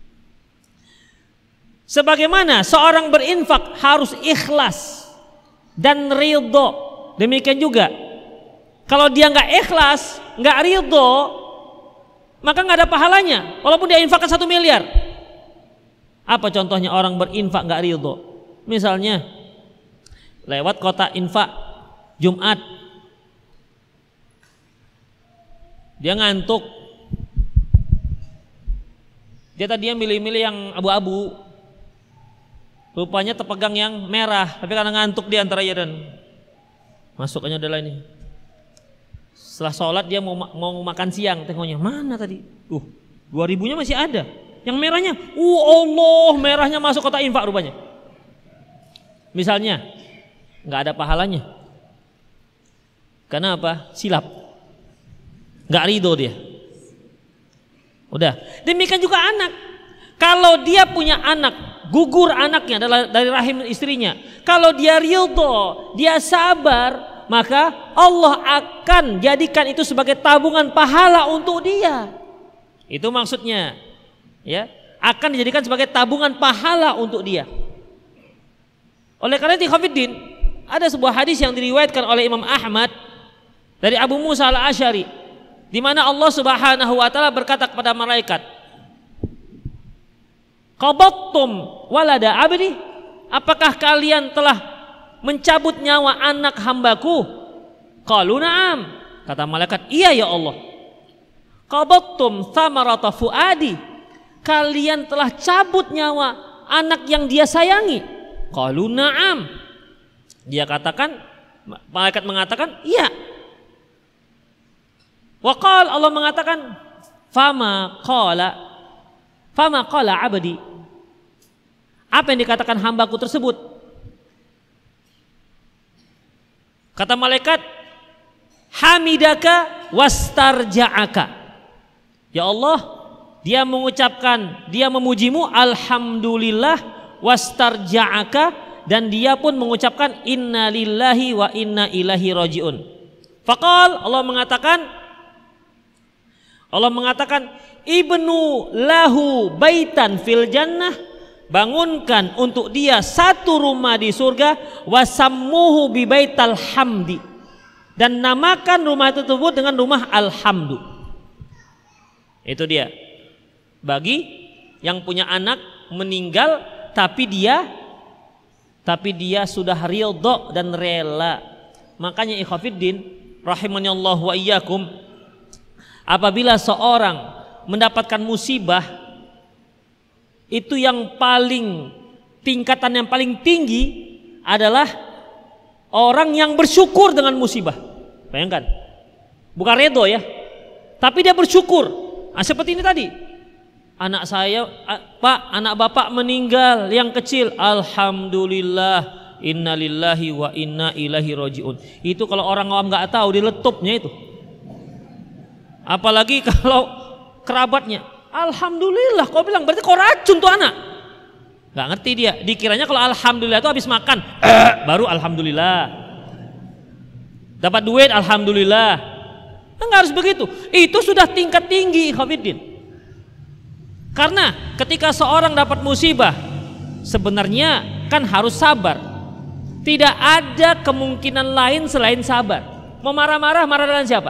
Speaker 2: Sebagaimana seorang berinfak harus ikhlas dan ridho, demikian juga kalau dia nggak ikhlas, nggak ridho, maka nggak ada pahalanya walaupun dia infakkan 1 miliar. Apa contohnya orang berinfak nggak ridho? Misalnya lewat kotak infak Jumat, dia ngantuk, dia tadinya milih-milih yang abu-abu, rupanya terpegang yang merah, tapi karena ngantuk dia antara ya dan masuk aja adalah ini. Setelah sholat dia mau makan siang, tengoknya mana tadi? 2000-nya masih ada, yang merahnya, Allah, merahnya masuk kotak infak rupanya. Misalnya, nggak ada pahalanya. Karena apa? Silap, nggak ridho dia. Udah. Demikian juga anak. Kalau dia punya anak, gugur anaknya adalah dari rahim istrinya. Kalau dia ridho, dia sabar, maka Allah akan jadikan itu sebagai tabungan pahala untuk dia. Itu maksudnya, ya, akan dijadikan sebagai tabungan pahala untuk dia. Oleh karena itu, ikhwatiddin, ada sebuah hadis yang diriwayatkan oleh Imam Ahmad dari Abu Musa al-Asy'ari, di mana Allah Subhanahu wa taala berkata kepada malaikat, qabattum walada abdi, apakah kalian telah mencabut nyawa anak hambaku? Qalu na'am, kata malaikat, iya ya Allah. Qabattum thamarata fuadi, kalian telah cabut nyawa anak yang dia sayangi? Qalu na'am, dia katakan, malaikat mengatakan iya. Wa qala, Allah mengatakan, fama qala abdi, apa yang dikatakan hambaku tersebut? Kata malaikat, hamidaka wastarja'aka. Ya Allah, dia mengucapkan, dia memujimu, alhamdulillah, wastarja'aka, dan dia pun mengucapkan inna lillahi wa inna ilaihi rajiun. Faqal, Allah mengatakan ibnu lahu baitan fil jannah, bangunkan untuk dia satu rumah di surga, wasammuhu bi baital hamdi, dan namakan rumah tersebut dengan rumah alhamdu. Itu dia bagi yang punya anak meninggal tapi dia sudah ridha dan rela. Makanya ikhwatiddin rahimani Allah wa iyyakum, apabila seorang mendapatkan musibah, itu yang paling tingkatan yang paling tinggi adalah orang yang bersyukur dengan musibah. Bayangkan, bukan redo ya, tapi dia bersyukur. Nah, seperti ini tadi, anak saya, Pak, anak bapak meninggal yang kecil, alhamdulillah, inna lillahi wa inna ilaihi rajiun. Itu kalau orang awam nggak tahu, diletupnya itu. Apalagi kalau kerabatnya, alhamdulillah, kau bilang berarti kau racun tuh anak. Nggak ngerti dia, dikiranya kalau alhamdulillah itu habis makan baru alhamdulillah, dapat duit alhamdulillah. Nggak harus begitu, itu sudah tingkat tinggi ikhwatiddin. Karena ketika seorang dapat musibah, sebenarnya kan harus sabar. Tidak ada kemungkinan lain selain sabar. Mau marah-marah, marah dengan siapa?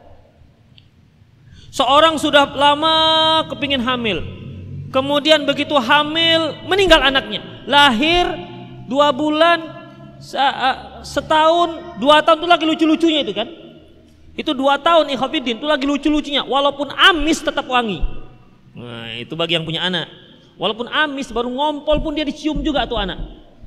Speaker 2: Seorang sudah lama kepingin hamil, kemudian begitu hamil meninggal anaknya, lahir 2 bulan, setahun, 2 tahun itu lagi lucu-lucunya itu kan. Itu 2 tahun ikhwatiddin itu lagi lucu-lucunya, walaupun amis tetap wangi. Nah, itu bagi yang punya anak. Walaupun amis baru ngompol pun dia dicium juga tuh anak.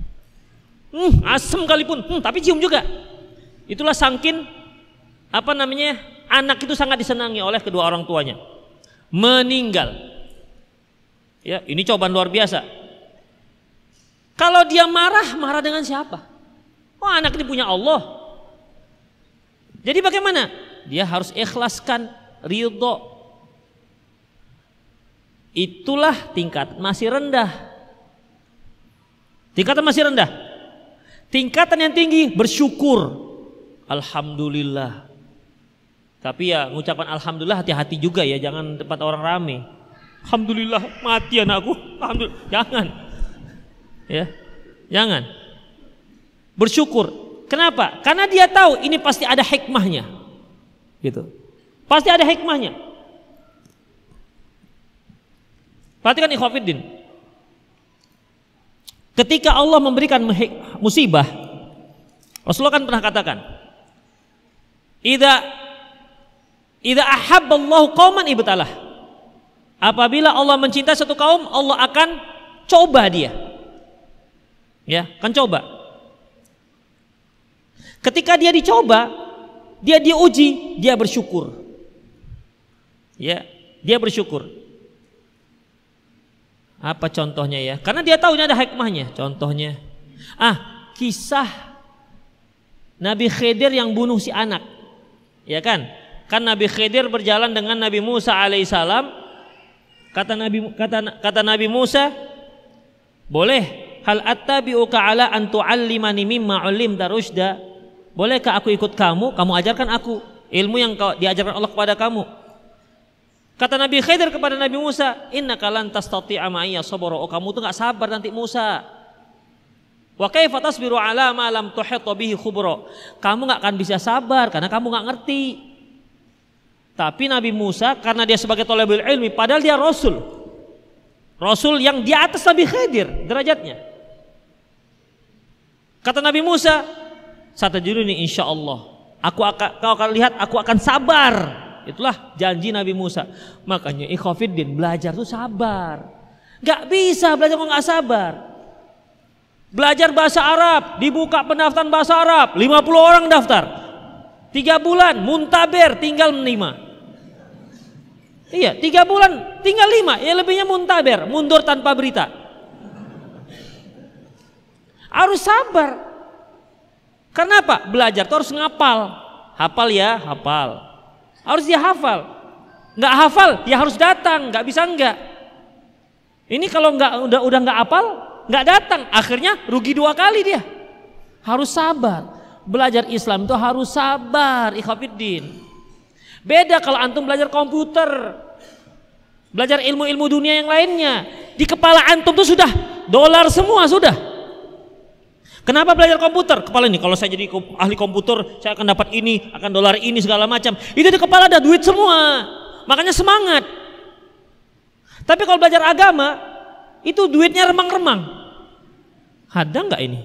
Speaker 2: Asem kalipun, tapi cium juga. Itulah sangkin anak itu sangat disenangi oleh kedua orang tuanya. Meninggal. Ya, ini cobaan luar biasa. Kalau dia marah dengan siapa? Oh, anak ini punya Allah. Jadi bagaimana? Dia harus ikhlaskan, ridho. Itulah tingkat masih rendah. Tingkatan masih rendah. Tingkatan yang tinggi bersyukur. Alhamdulillah. Tapi ya ngucapan alhamdulillah hati-hati juga ya, jangan tempat orang rame. Alhamdulillah mati anakku. Alhamdulillah. Jangan. Ya. Jangan. Bersyukur. Kenapa? Karena dia tahu ini pasti ada hikmahnya. Gitu. Pasti ada hikmahnya. Perhatikan ikhwatiddin. Ketika Allah memberikan musibah, Rasulullah kan pernah katakan, Idza ahabballahu qauman ibtalah. Apabila Allah mencintai satu kaum, Allah akan coba dia. Ya, akan coba. Ketika dia dicoba, dia diuji, dia bersyukur. Ya, dia bersyukur. Apa contohnya ya? Karena dia tahu ini ada hikmahnya. Contohnya, kisah Nabi Khidir yang bunuh si anak. Ya kan? Kan Nabi Khidir berjalan dengan Nabi Musa alaihissalam. Kata Nabi Musa, boleh, hal attabi'uka ala an tu'allimani mimma 'ullimta rusyda. Bolehkah aku ikut kamu ajarkan aku ilmu yang diajarkan Allah kepada kamu? Kata Nabi Khidir kepada Nabi Musa, innaka lan tastati'a ma'iyya sabra. Oh, kamu tuh enggak sabar nanti Musa. Wa kaifa tasbiru ala ma lam tuhit bihi khubra. Kamu enggak akan bisa sabar karena kamu enggak ngerti. Tapi Nabi Musa karena dia sebagai thalibul ilmi, padahal dia rasul. Rasul yang di atas Nabi Khidir derajatnya. Kata Nabi Musa, satajiduni insyaallah. Kau akan lihat aku akan sabar. Itulah janji Nabi Musa. Makanya ikhwatiddin, belajar tuh sabar. Gak bisa belajar kok gak sabar. Belajar bahasa Arab, dibuka pendaftaran bahasa Arab, 50 orang daftar. 3 bulan muntaber tinggal 5. Iya, 3 bulan tinggal 5. Ya lebihnya muntaber, mundur tanpa berita. Harus sabar. Kenapa? Belajar tuh harus ngapal. Hafal ya, hafal. Harus dia hafal. Nggak hafal, ya harus datang, nggak bisa enggak. Ini kalau udah nggak hafal, nggak datang, akhirnya rugi 2 kali dia. Harus sabar. Belajar Islam itu harus sabar, ikhwatiddin. Beda kalau antum belajar komputer, belajar ilmu-ilmu dunia yang lainnya. Di kepala antum tuh sudah dolar semua sudah. Kenapa belajar komputer? Kepala ini, kalau saya jadi ahli komputer, saya akan dapat ini, akan dolar ini segala macam. Itu di kepala ada duit semua. Makanya semangat. Tapi kalau belajar agama, itu duitnya remang-remang. Ada nggak ini?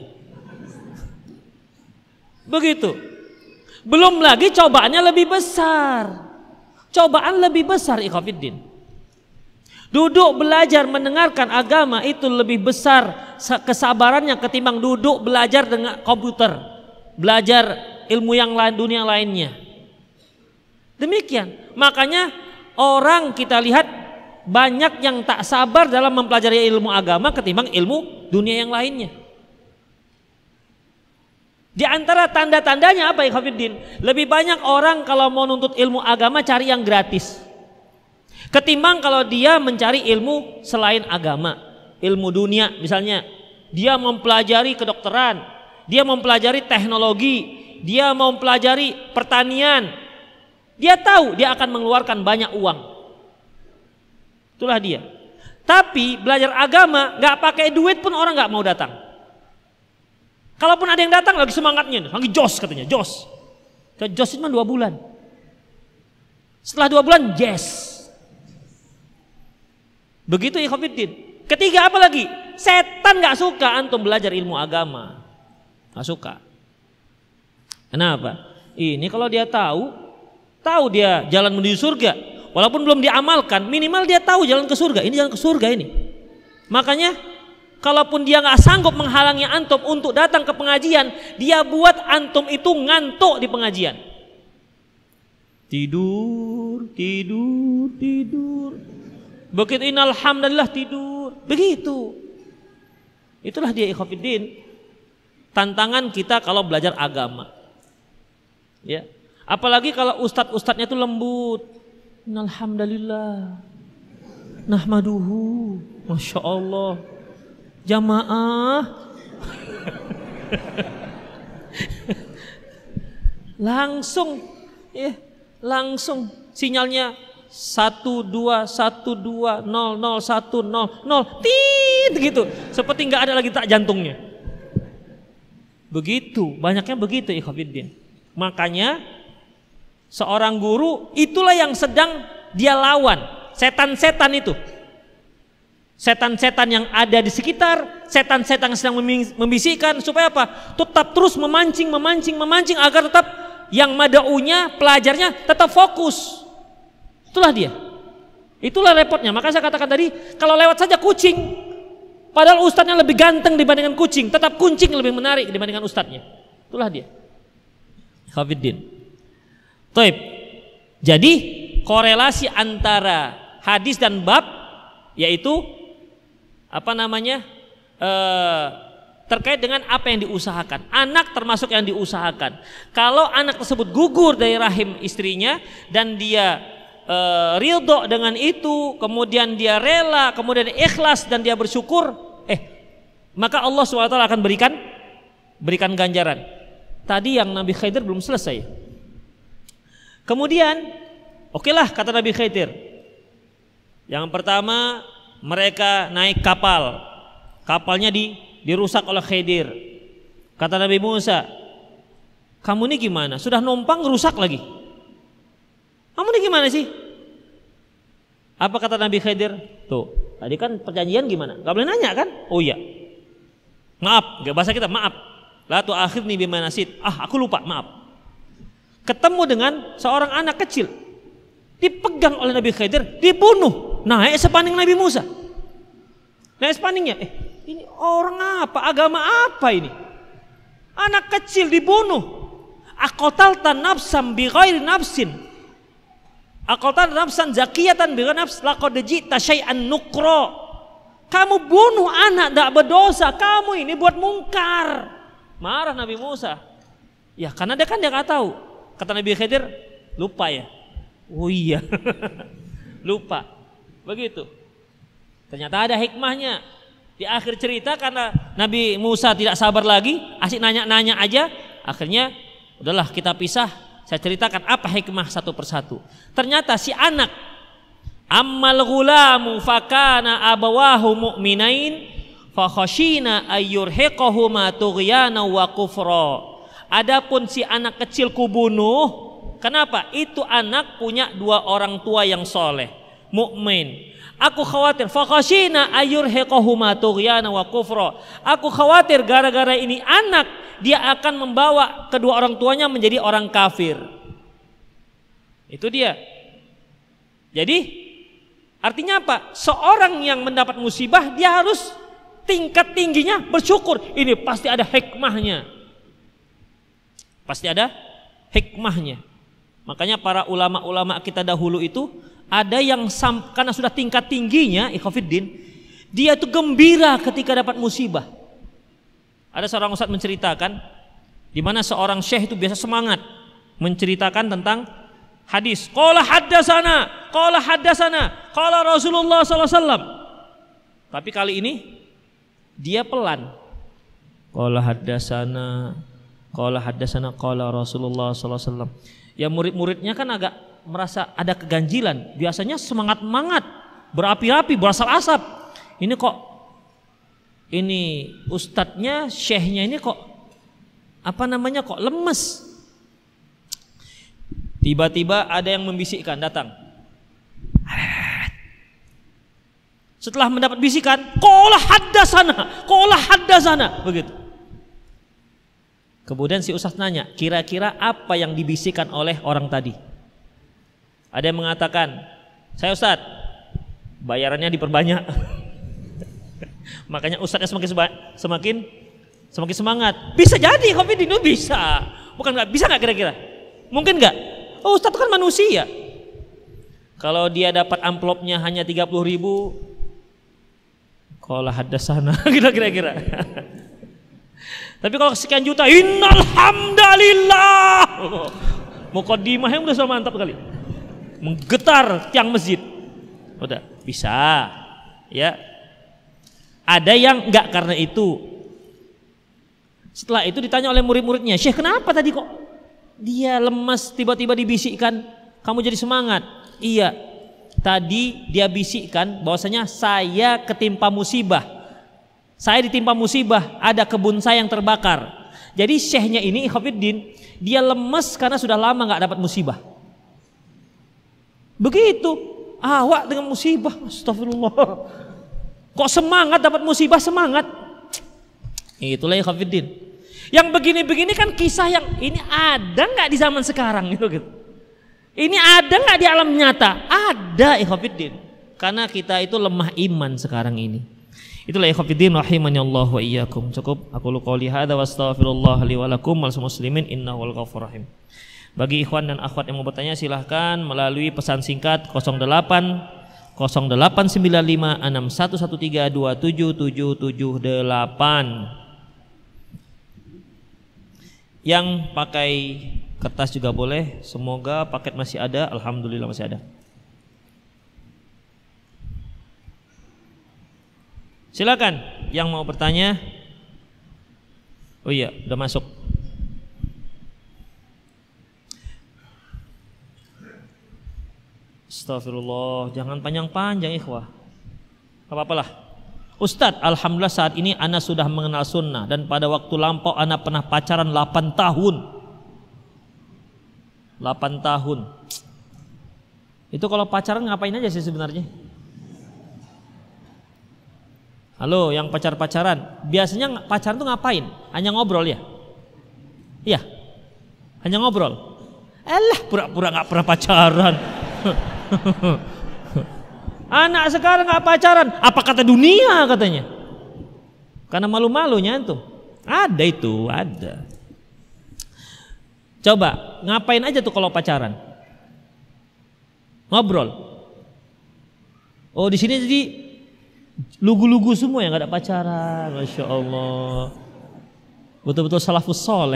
Speaker 2: Begitu. Belum lagi cobaannya lebih besar. Cobaan lebih besar, ikhwatiddin. Duduk belajar mendengarkan agama itu lebih besar kesabarannya ketimbang duduk belajar dengan komputer, belajar ilmu yang lain, dunia lainnya. Demikian. Makanya orang kita lihat banyak yang tak sabar dalam mempelajari ilmu agama ketimbang ilmu dunia yang lainnya. Di antara tanda-tandanya apa, ikhwatiddin? Lebih banyak orang kalau mau nuntut ilmu agama cari yang gratis ketimbang kalau dia mencari ilmu selain agama, ilmu dunia. Misalnya dia mempelajari kedokteran, dia mempelajari teknologi, dia mempelajari pertanian, dia tahu dia akan mengeluarkan banyak uang, itulah dia. Tapi belajar agama nggak pakai duit pun orang nggak mau datang. Kalaupun ada yang datang lagi semangatnya, lagi jos katanya, jos. Jos itu cuma 2 bulan. Setelah 2 bulan, yes. Begitu ikhwatiddin. Ketiga apa lagi? Setan nggak suka antum belajar ilmu agama, nggak suka. Kenapa? Ini kalau dia tahu dia jalan menuju surga, walaupun belum diamalkan, minimal dia tahu jalan ke surga. Ini jalan ke surga ini. Makanya, kalaupun dia nggak sanggup menghalangi antum untuk datang ke pengajian, dia buat antum itu ngantuk di pengajian. Tidur. Begitu innalhamdulillah tidur. Begitu. Itulah dia, ikhwatiddin. Tantangan kita kalau belajar agama. Ya. Apalagi kalau ustadz-ustadznya itu lembut. Innalhamdulillah. Nahmaduhu. Masya Allah. Jamaah. Langsung sinyalnya 1 2 1 2 0 0 1 0 0 tit gitu, seperti nggak ada lagi tak jantungnya. Begitu banyaknya begitu, ikhwatiddin. Makanya seorang guru itulah yang sedang dia lawan setan-setan itu, setan-setan yang ada di sekitar, setan-setan yang sedang membisikkan supaya apa? Tetap terus memancing agar tetap yang madaunya, pelajarnya tetap fokus. Itulah dia. Itulah repotnya. Maka saya katakan tadi, kalau lewat saja kucing, padahal ustadznya lebih ganteng dibandingkan kucing, tetap kucing lebih menarik dibandingkan ustadznya. Itulah dia. Ikhwatiddin. Taib. Jadi korelasi antara hadis dan bab yaitu terkait dengan apa yang diusahakan. Anak termasuk yang diusahakan. Kalau anak tersebut gugur dari rahim istrinya dan dia ridho dengan itu, kemudian dia rela, kemudian ikhlas dan dia bersyukur, maka Allah SWT akan berikan ganjaran. Tadi yang Nabi Khidir belum selesai. Kemudian, okelah kata Nabi Khidir. Yang pertama, mereka naik kapal. Kapalnya dirusak oleh Khidir. Kata Nabi Musa, kamu ini gimana? Sudah numpang rusak lagi. Kamu ini gimana sih? Apa kata Nabi Khidir? Tuh, tadi kan perjanjian gimana? Gak boleh nanya kan? Oh iya. Maaf, gak bahasa kita maaf. La tu'akhidni bima nasit. Aku lupa, maaf. Ketemu dengan seorang anak kecil, dipegang oleh Nabi Khidir, dibunuh. Naik sepaning Nabi Musa. Naik sepaningnya. Ini orang apa? Agama apa ini? Anak kecil dibunuh. Aqatalta nafsan bighairi nafsin. Aqatalta nafsan zakiyatan bighairi nafs laqad ji'ta syai'an nukra. Kamu bunuh anak tak berdosa, kamu ini buat mungkar. Marah Nabi Musa. Ya karena dia nggak tahu. Kata Nabi Khidir, lupa ya. Oh iya. Lupa. Begitu. Ternyata ada hikmahnya. Di akhir cerita karena Nabi Musa tidak sabar lagi, asik nanya-nanya aja, akhirnya udahlah kita pisah. Saya ceritakan apa hikmah satu persatu. Ternyata si anak, ammal ghulamu fakana abawahu mu'minain fa khashina ayyurhiqahuma tughyana wa kufra. Adapun si anak kecil kubunuh, kenapa? Itu anak punya dua orang tua yang soleh, mukmin. Aku khawatir fa khashina ayyurhiqahuma tughyana wa kufra. Aku khawatir gara-gara ini anak dia akan membawa kedua orang tuanya menjadi orang kafir. Itu dia. Jadi artinya apa? Seorang yang mendapat musibah dia harus tingkat tingginya bersyukur. Ini pasti ada hikmahnya. Pasti ada hikmahnya. Makanya para ulama-ulama kita dahulu itu ada yang karena sudah tingkat tingginya ikhwatiddin, dia tuh gembira ketika dapat musibah. Ada seorang ustadz menceritakan di mana seorang syekh itu biasa semangat menceritakan tentang hadis. Qala haddasana, qala Rasulullah sallallahu alaihi wasallam. Tapi kali ini dia pelan. Qala haddasana, qala Rasulullah sallallahu alaihi wasallam. Ya murid-muridnya kan agak merasa ada keganjilan. Biasanya semangat-semangat, berapi-api, berasap-asap. Ini kok ustadznya, syekhnya ini kok kok lemes. Tiba-tiba ada yang membisikkan datang. Setelah mendapat bisikan, qala haddasana, begitu. Kemudian si ustadz nanya, kira-kira apa yang dibisikkan oleh orang tadi? Ada yang mengatakan, saya ustadz, bayarannya diperbanyak. Makanya ustadznya semakin semangat. Bisa jadi COVID ini bisa. Bukan nggak bisa nggak kira-kira? Mungkin nggak? Oh, ustadz kan manusia. Kalau dia dapat amplopnya hanya 30.000, qala haddasana kira-kira. Tapi kalau sekian juta, innal hamdalillah. Muqaddimahnya udah sudah mantap kali. Menggetar tiang masjid. Udah bisa. Ya. Ada yang enggak karena itu. Setelah itu ditanya oleh murid-muridnya, "Syekh, kenapa tadi kok dia lemas tiba-tiba dibisikkan kamu jadi semangat?" "Iya. Tadi dia bisikkan bahwasanya saya ketimpa musibah. Saya ditimpa musibah, ada kebun saya yang terbakar." Jadi syekhnya ini ikhwatiddin, dia lemes karena sudah lama enggak dapat musibah. Begitu. Awak dengan musibah, astagfirullah. Kok semangat dapat musibah, semangat. Itulah ya ikhwatiddin. Yang begini-begini kan kisah yang ini ada nggak di zaman sekarang gitu. Ini ada nggak di alam nyata? Ada ikhwatiddin. Karena kita itu lemah iman sekarang ini. Itulah ikhwatiddin rahimani Allah wa iyyakum. Cukup aku qouli hadza wa astaghfirullah li wa lakum wal muslimin innahu wal ghafurur rahim. Bagi ikhwan dan akhwat yang mau bertanya silahkan melalui pesan singkat 089511132778. Yang pakai kertas juga boleh. Semoga paket masih ada. Alhamdulillah masih ada. Silakan yang mau bertanya. Oh iya, udah masuk. Astagfirullah, jangan panjang-panjang ikhwah. Apa-apalah. Ustadz, alhamdulillah saat ini ana sudah mengenal sunnah dan pada waktu lampau ana pernah pacaran 8 tahun. 8 tahun. Itu kalau pacaran ngapain aja sih sebenarnya? Halo, yang pacaran. Biasanya pacaran tuh ngapain? Hanya ngobrol ya? Iya. Hanya ngobrol. Alah, pura-pura nggak pernah pacaran. Anak sekarang nggak pacaran, apa kata dunia katanya? Karena malu-malunya itu. Ada itu, ada. Coba ngapain aja tuh kalau pacaran? Ngobrol. Oh di sini jadi lugu-lugu semua yang nggak ada pacaran, masya Allah. Betul-betul salafus soleh.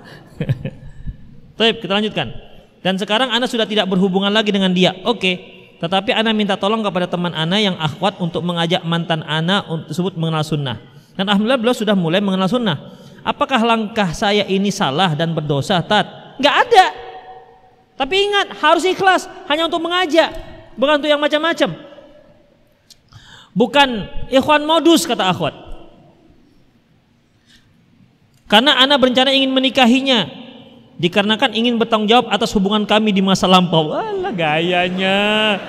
Speaker 2: Baik, kita lanjutkan. Dan sekarang Anda sudah tidak berhubungan lagi dengan dia. Oke. tetapi ana minta tolong kepada teman ana yang akhwat untuk mengajak mantan ana tersebut mengenal sunnah. Dan alhamdulillah beliau sudah mulai mengenal sunnah. Apakah langkah saya ini salah dan berdosa, Tat? Nggak ada. Tapi ingat, harus ikhlas, hanya untuk mengajak, bukan untuk yang macam-macam. Bukan ikhwan modus, kata akhwat. Karena ana berencana ingin menikahinya, dikarenakan ingin bertanggung jawab atas hubungan kami di masa lampau. Alah gayanya.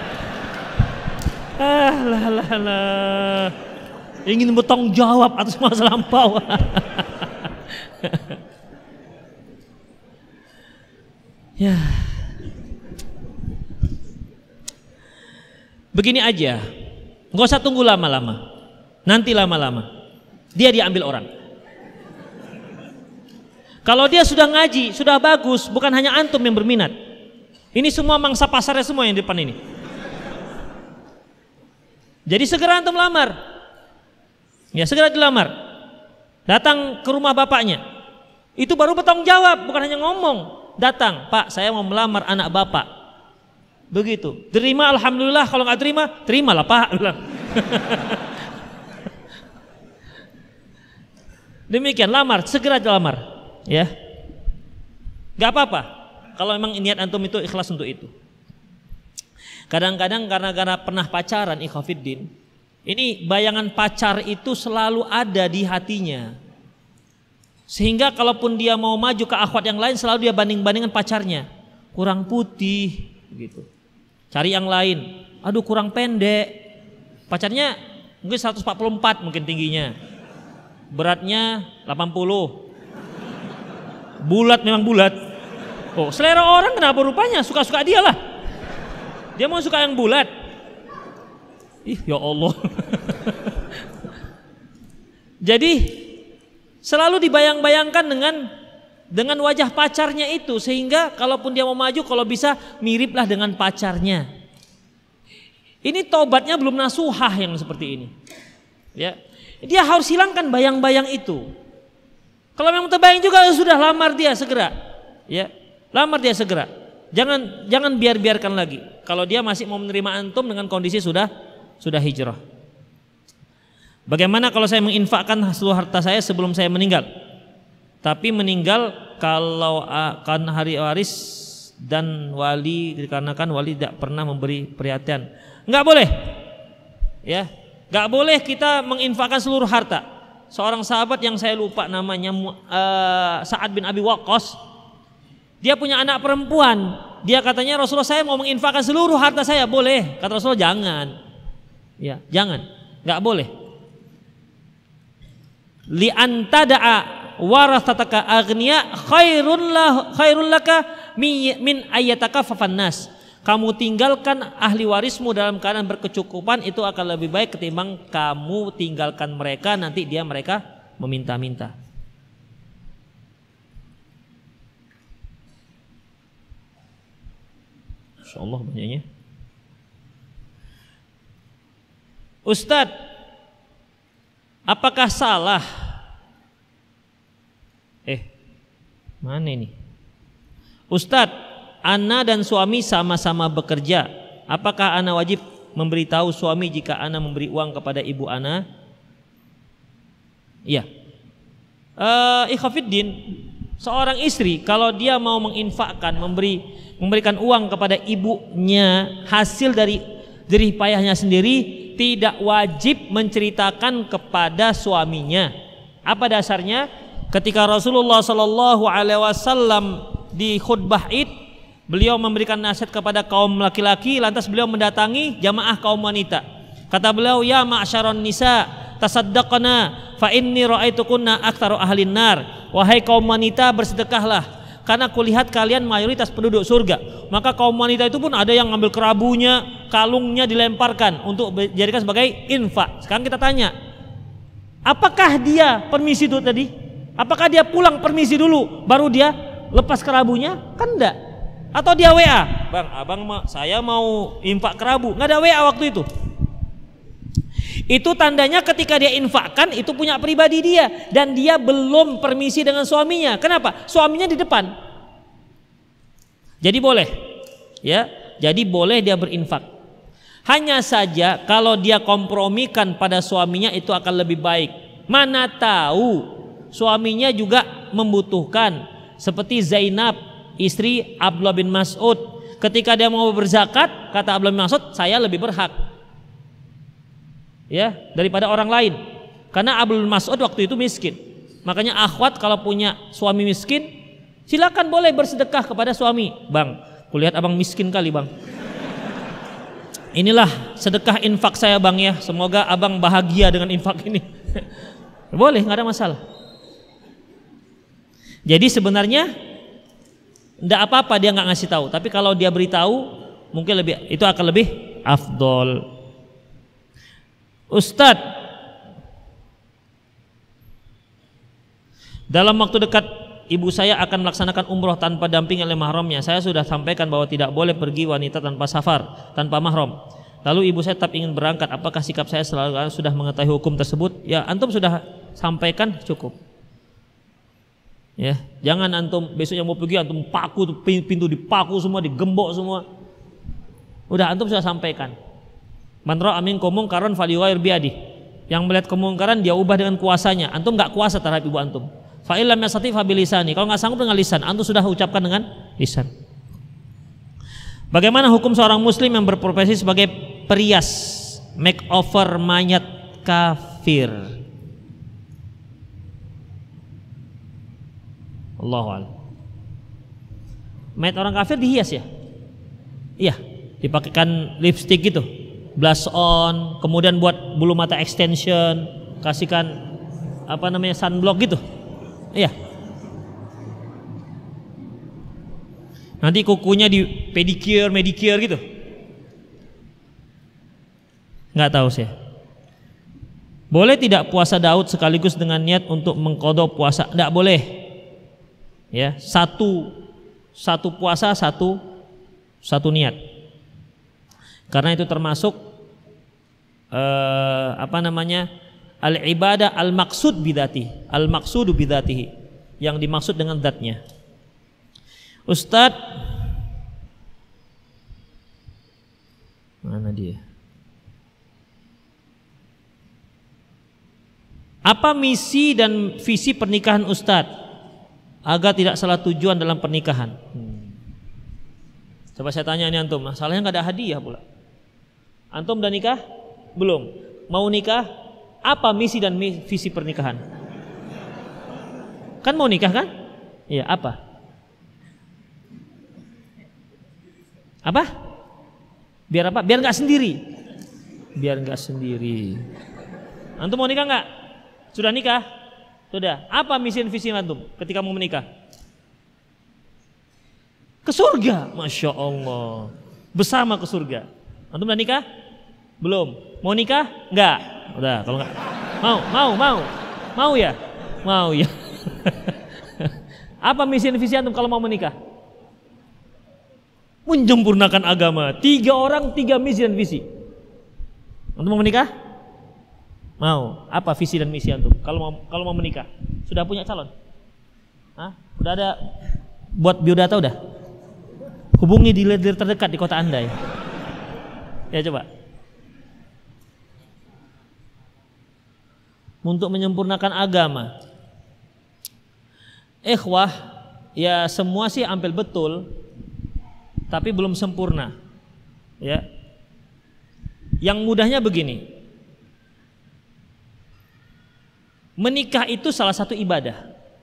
Speaker 2: Alah. Ingin bertanggung jawab atas masa lampau. Ya. Begini aja, nggak usah tunggu lama-lama. Nanti lama-lama dia diambil orang. Kalau dia sudah ngaji, sudah bagus, bukan hanya antum yang berminat. Ini semua mangsa pasarnya semua yang di depan ini. Jadi segera antum lamar. Ya, segera dilamar. Datang ke rumah bapaknya. Itu baru bertanggung jawab, bukan hanya ngomong. Datang, Pak, saya mau melamar anak bapak. Begitu. Terima, alhamdulillah. Kalau nggak terima, terimalah Pak. Demikian, lamar, segera dilamar. Ya, nggak apa-apa. Kalau memang niat antum itu ikhlas untuk itu. Kadang-kadang karena pernah pacaran, ikhwafiddin, ini bayangan pacar itu selalu ada di hatinya. Sehingga kalaupun dia mau maju ke akhwat yang lain, selalu dia banding-bandingkan pacarnya. Kurang putih, gitu. Cari yang lain. Aduh, kurang pendek. Pacarnya mungkin 144 mungkin tingginya. Beratnya 80. Bulat, memang bulat. Oh, selera orang kenapa rupanya? Suka-suka dia lah. Dia mau suka yang bulat. Ih, ya Allah. Jadi selalu dibayang-bayangkan dengan wajah pacarnya itu, sehingga kalaupun dia mau maju, kalau bisa miriplah dengan pacarnya. Ini tobatnya belum nasuhah yang seperti ini. Ya, dia harus hilangkan bayang-bayang itu. Kalau memang terbayang juga, sudah lamar dia segera. Ya, lamar dia segera. Jangan biarkan lagi. Kalau dia masih mau menerima antum dengan kondisi sudah hijrah. Bagaimana kalau saya menginfakkan seluruh harta saya sebelum saya meninggal? Tapi meninggal kalau akan hari waris dan wali, dikarenakan wali tidak pernah memberi perhatian. Enggak boleh. Ya, enggak boleh kita menginfakkan seluruh harta. Seorang sahabat yang saya lupa namanya, Sa'ad bin Abi Waqqas, dia punya anak perempuan. Dia katanya, Rasulullah, saya mau menginfakkan seluruh harta saya. Boleh? Kata Rasulullah, jangan. Ya, jangan, nggak boleh. Li antada'a warathataka aghniya khairul laka min ayyataka fafannas. Kamu tinggalkan ahli warismu dalam keadaan berkecukupan, itu akan lebih baik ketimbang kamu tinggalkan mereka, nanti mereka meminta-minta. Insyaallah banyaknya. Ustadz, apakah salah? Mana ini? Ustadz, ana dan suami sama-sama bekerja. Apakah ana wajib memberitahu suami jika ana memberi uang kepada ibu ana? Iya. Ikhwafiddin, seorang istri kalau dia mau menginfakkan, memberikan uang kepada ibunya hasil dari jerih payahnya sendiri, tidak wajib menceritakan kepada suaminya. Apa dasarnya? Ketika Rasulullah Shallallahu Alaihi Wasallam di khutbah Id, beliau memberikan nasihat kepada kaum laki-laki, lantas beliau mendatangi jamaah kaum wanita. Kata beliau, ya ma'syaron nisa, tasaddaqna fa inni ra'aitukunna aktsaru ahlin nar. Wahai kaum wanita, bersedekahlah, karena kulihat kalian mayoritas penduduk surga. Maka kaum wanita itu pun ada yang ngambil kerabunya, kalungnya dilemparkan untuk dijadikan sebagai infak. Sekarang kita tanya, apakah dia permisi dulu tadi? Apakah dia pulang permisi dulu baru dia lepas kerabunya? Kan enggak. Atau dia WA, bang, abang saya mau infak kerabu, nggak ada WA waktu itu. Itu tandanya ketika dia infakkan itu punya pribadi dia, dan dia belum permisi dengan suaminya. Kenapa? Suaminya di depan. Jadi boleh, ya. Jadi boleh dia berinfak. Hanya saja kalau dia kompromikan pada suaminya itu akan lebih baik. Mana tahu suaminya juga membutuhkan, seperti Zainab istri Abdullah bin Mas'ud. Ketika dia mau berzakat, kata Abdullah bin Mas'ud, saya lebih berhak ya daripada orang lain. Karena Abdullah bin Mas'ud waktu itu miskin. Makanya akhwat kalau punya suami miskin, silakan boleh bersedekah kepada suami. Bang, kulihat abang miskin kali bang. Inilah sedekah infak saya bang ya. Semoga abang bahagia dengan infak ini. Boleh, nggak ada masalah. Jadi sebenarnya tidak apa-apa dia nggak ngasih tahu. Tapi kalau dia beritahu, mungkin itu akan lebih afdol. Ustadz, dalam waktu dekat ibu saya akan melaksanakan umroh tanpa dampingan oleh mahramnya. Saya sudah sampaikan bahwa tidak boleh pergi wanita tanpa safar, tanpa mahram. Lalu ibu saya tetap ingin berangkat. Apakah sikap saya selalu sudah mengetahui hukum tersebut? Ya, antum sudah sampaikan cukup. Ya, jangan antum besoknya mau pergi antum paku pintu dipaku semua, digembok semua. Udah antum sudah sampaikan. Man ra'a minkum munkaran falyughayyir biyadihi. Yang melihat kemungkaran dia ubah dengan kuasanya. Antum enggak kuasa terhadap ibu antum. Fa illam yastati fa bilisani. Kalau nggak sanggup dengan lisan, antum sudah ucapkan dengan lisan. Bagaimana hukum seorang muslim yang berprofesi sebagai perias, makeover mayat kafir? Allahu a'lam. Mayat orang kafir dihias ya? Iya, dipakaikan lipstick gitu, blush on, kemudian buat bulu mata extension, kasihkan sunblock gitu. Iya. Nanti kukunya di pedicure, medicure gitu. Nggak tahu saya. Boleh tidak puasa Daud sekaligus dengan niat untuk mengqadha puasa? Nggak boleh. Ya, satu puasa, satu niat. Karena itu termasuk al-ibadah al-maqsudu bidzatihi, yang dimaksud dengan zatnya. Ustadz, mana dia? Apa misi dan visi pernikahan Ustadz agar tidak salah tujuan dalam pernikahan? Coba saya tanya ini antum, masalahnya nggak ada hadiah pula. Antum udah nikah? Belum. Mau nikah? Apa misi dan visi pernikahan? Kan mau nikah kan? Iya, apa? Apa? Biar apa? Biar nggak sendiri. Biar nggak sendiri. Antum mau nikah nggak? Sudah nikah? Sudah. Apa misi dan visi antum ketika mau menikah? Ke surga, masya Allah. Bersama ke surga. Antum udah nikah? Belum. Mau nikah? Nggak. Udah, kalau nggak mau ya, mau ya. Apa misi dan visi antum kalau mau menikah? Menyempurnakan agama. 3 orang 3 misi dan visi. Antum mau menikah? Mau. Apa visi dan misi antum kalau mau menikah? Sudah punya calon? Hah? Udah ada buat biodata udah? Hubungi dealer terdekat di kota Anda ya. Ya coba. Untuk menyempurnakan agama. Ikhwah, ya semua sih hampir betul, tapi belum sempurna. Ya. Yang mudahnya begini. Menikah itu salah satu ibadah.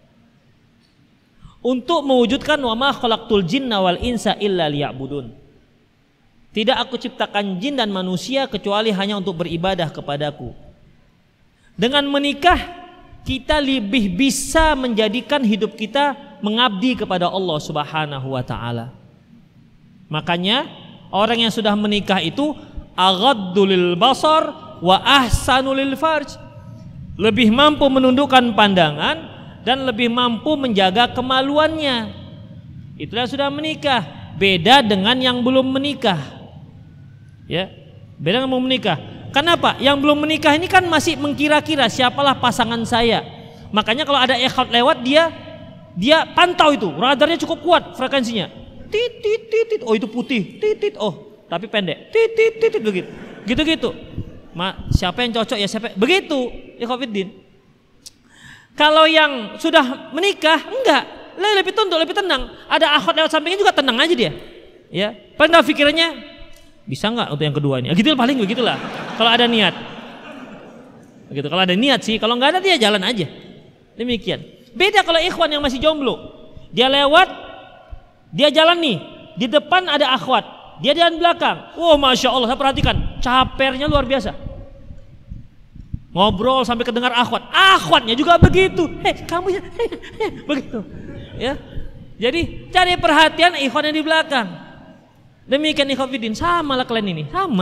Speaker 2: Untuk mewujudkan wa ma khalaqtul jinna wal insa illa liya'budun. Tidak aku ciptakan jin dan manusia kecuali hanya untuk beribadah kepadaku. Dengan menikah kita lebih bisa menjadikan hidup kita mengabdi kepada Allah Subhanahu wa taala. Makanya orang yang sudah menikah itu aghaddu lil basar wa ahsanu lil farj. Lebih mampu menundukkan pandangan dan lebih mampu menjaga kemaluannya. Itulah sudah menikah. Beda dengan yang belum menikah. Ya, beda dengan yang belum menikah. Kenapa? Yang belum menikah ini kan masih mengkira-kira siapalah pasangan saya. Makanya kalau ada ikhwat lewat dia pantau itu, radarnya cukup kuat frekuensinya. Tit tit tit, oh itu putih, tit tit, oh tapi pendek. Titit begitu. Gitu-gitu. Siapa yang cocok ya siapa. Begitu, ikhwatiddin. Kalau yang sudah menikah enggak, lebih tunduk, lebih tenang. Ada akhwat lewat sampingnya juga tenang aja dia. Ya, paling enggak pikirannya bisa enggak untuk yang kedua ini. Gitu paling begitulah. Kalau ada niat. Begitu. Kalau ada niat sih, kalau enggak ada dia jalan aja. Demikian. Beda kalau ikhwan yang masih jomblo. Dia lewat, dia jalan nih. Di depan ada akhwat. Dia jalan belakang. Oh, masya Allah, saya perhatikan, capernya luar biasa. Ngobrol sampai kedengar akhwat. Akhwatnya juga begitu. Kamu ya, begitu. Ya. Jadi cari perhatian ikhwan yang di belakang. Demikian ikhwatiddin, sama lah kalian ini, sama.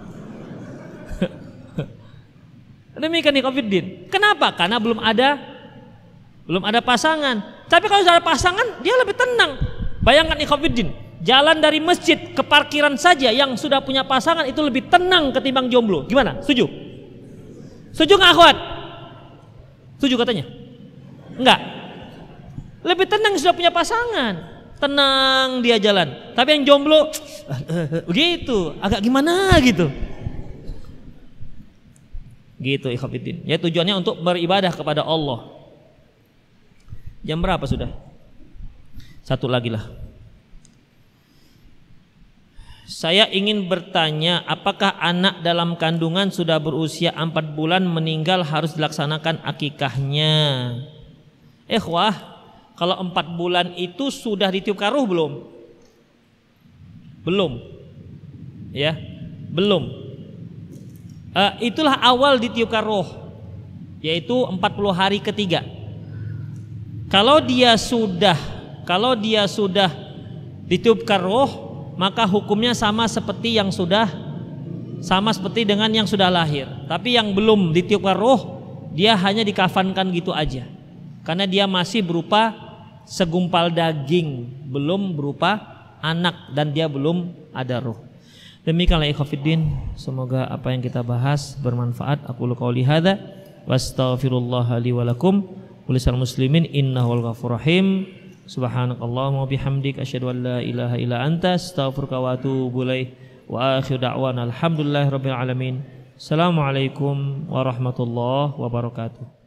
Speaker 2: Demikian ikhwatiddin. Kenapa? Karena belum ada pasangan. Tapi kalau sudah ada pasangan, dia lebih tenang. Bayangkan ikhwatiddin. Jalan dari masjid ke parkiran saja yang sudah punya pasangan itu lebih tenang ketimbang jomblo. Gimana? Setuju? Setuju nggak akhwat? Setuju katanya? Enggak. Lebih tenang sudah punya pasangan. Tenang dia jalan. Tapi yang jomblo begitu, agak gimana gitu. Gitu ikhwatiddin. Ya tujuannya untuk beribadah kepada Allah. Jam berapa sudah? Satu lagi lah. Saya ingin bertanya, apakah anak dalam kandungan sudah berusia 4 bulan meninggal harus dilaksanakan akikahnya? Ikhwah, kalau 4 bulan itu sudah ditiup karuh belum? Belum. Ya, belum. Itulah awal ditiup karuh, yaitu 40 hari ketiga. Kalau dia sudah ditiup karuh, maka hukumnya sama seperti dengan yang sudah lahir. Tapi yang belum ditiup roh, dia hanya dikafankan gitu aja. Karena dia masih berupa segumpal daging, belum berupa anak dan dia belum ada roh. Demikianlah ikhwatiddin, semoga apa yang kita bahas bermanfaat. Aqulu qouli hadza wastaghfirullah li wa lakum wa lisal muslimin innahu al-ghafurur rahim. Subhanakallahumma bihamdik asyhadu an la ilaha illa anta astaghfiruka wa atubu ilaik wa akhiru da'wana alhamdulillahirabbil alamin. Assalamualaikum warahmatullahi wabarakatuh.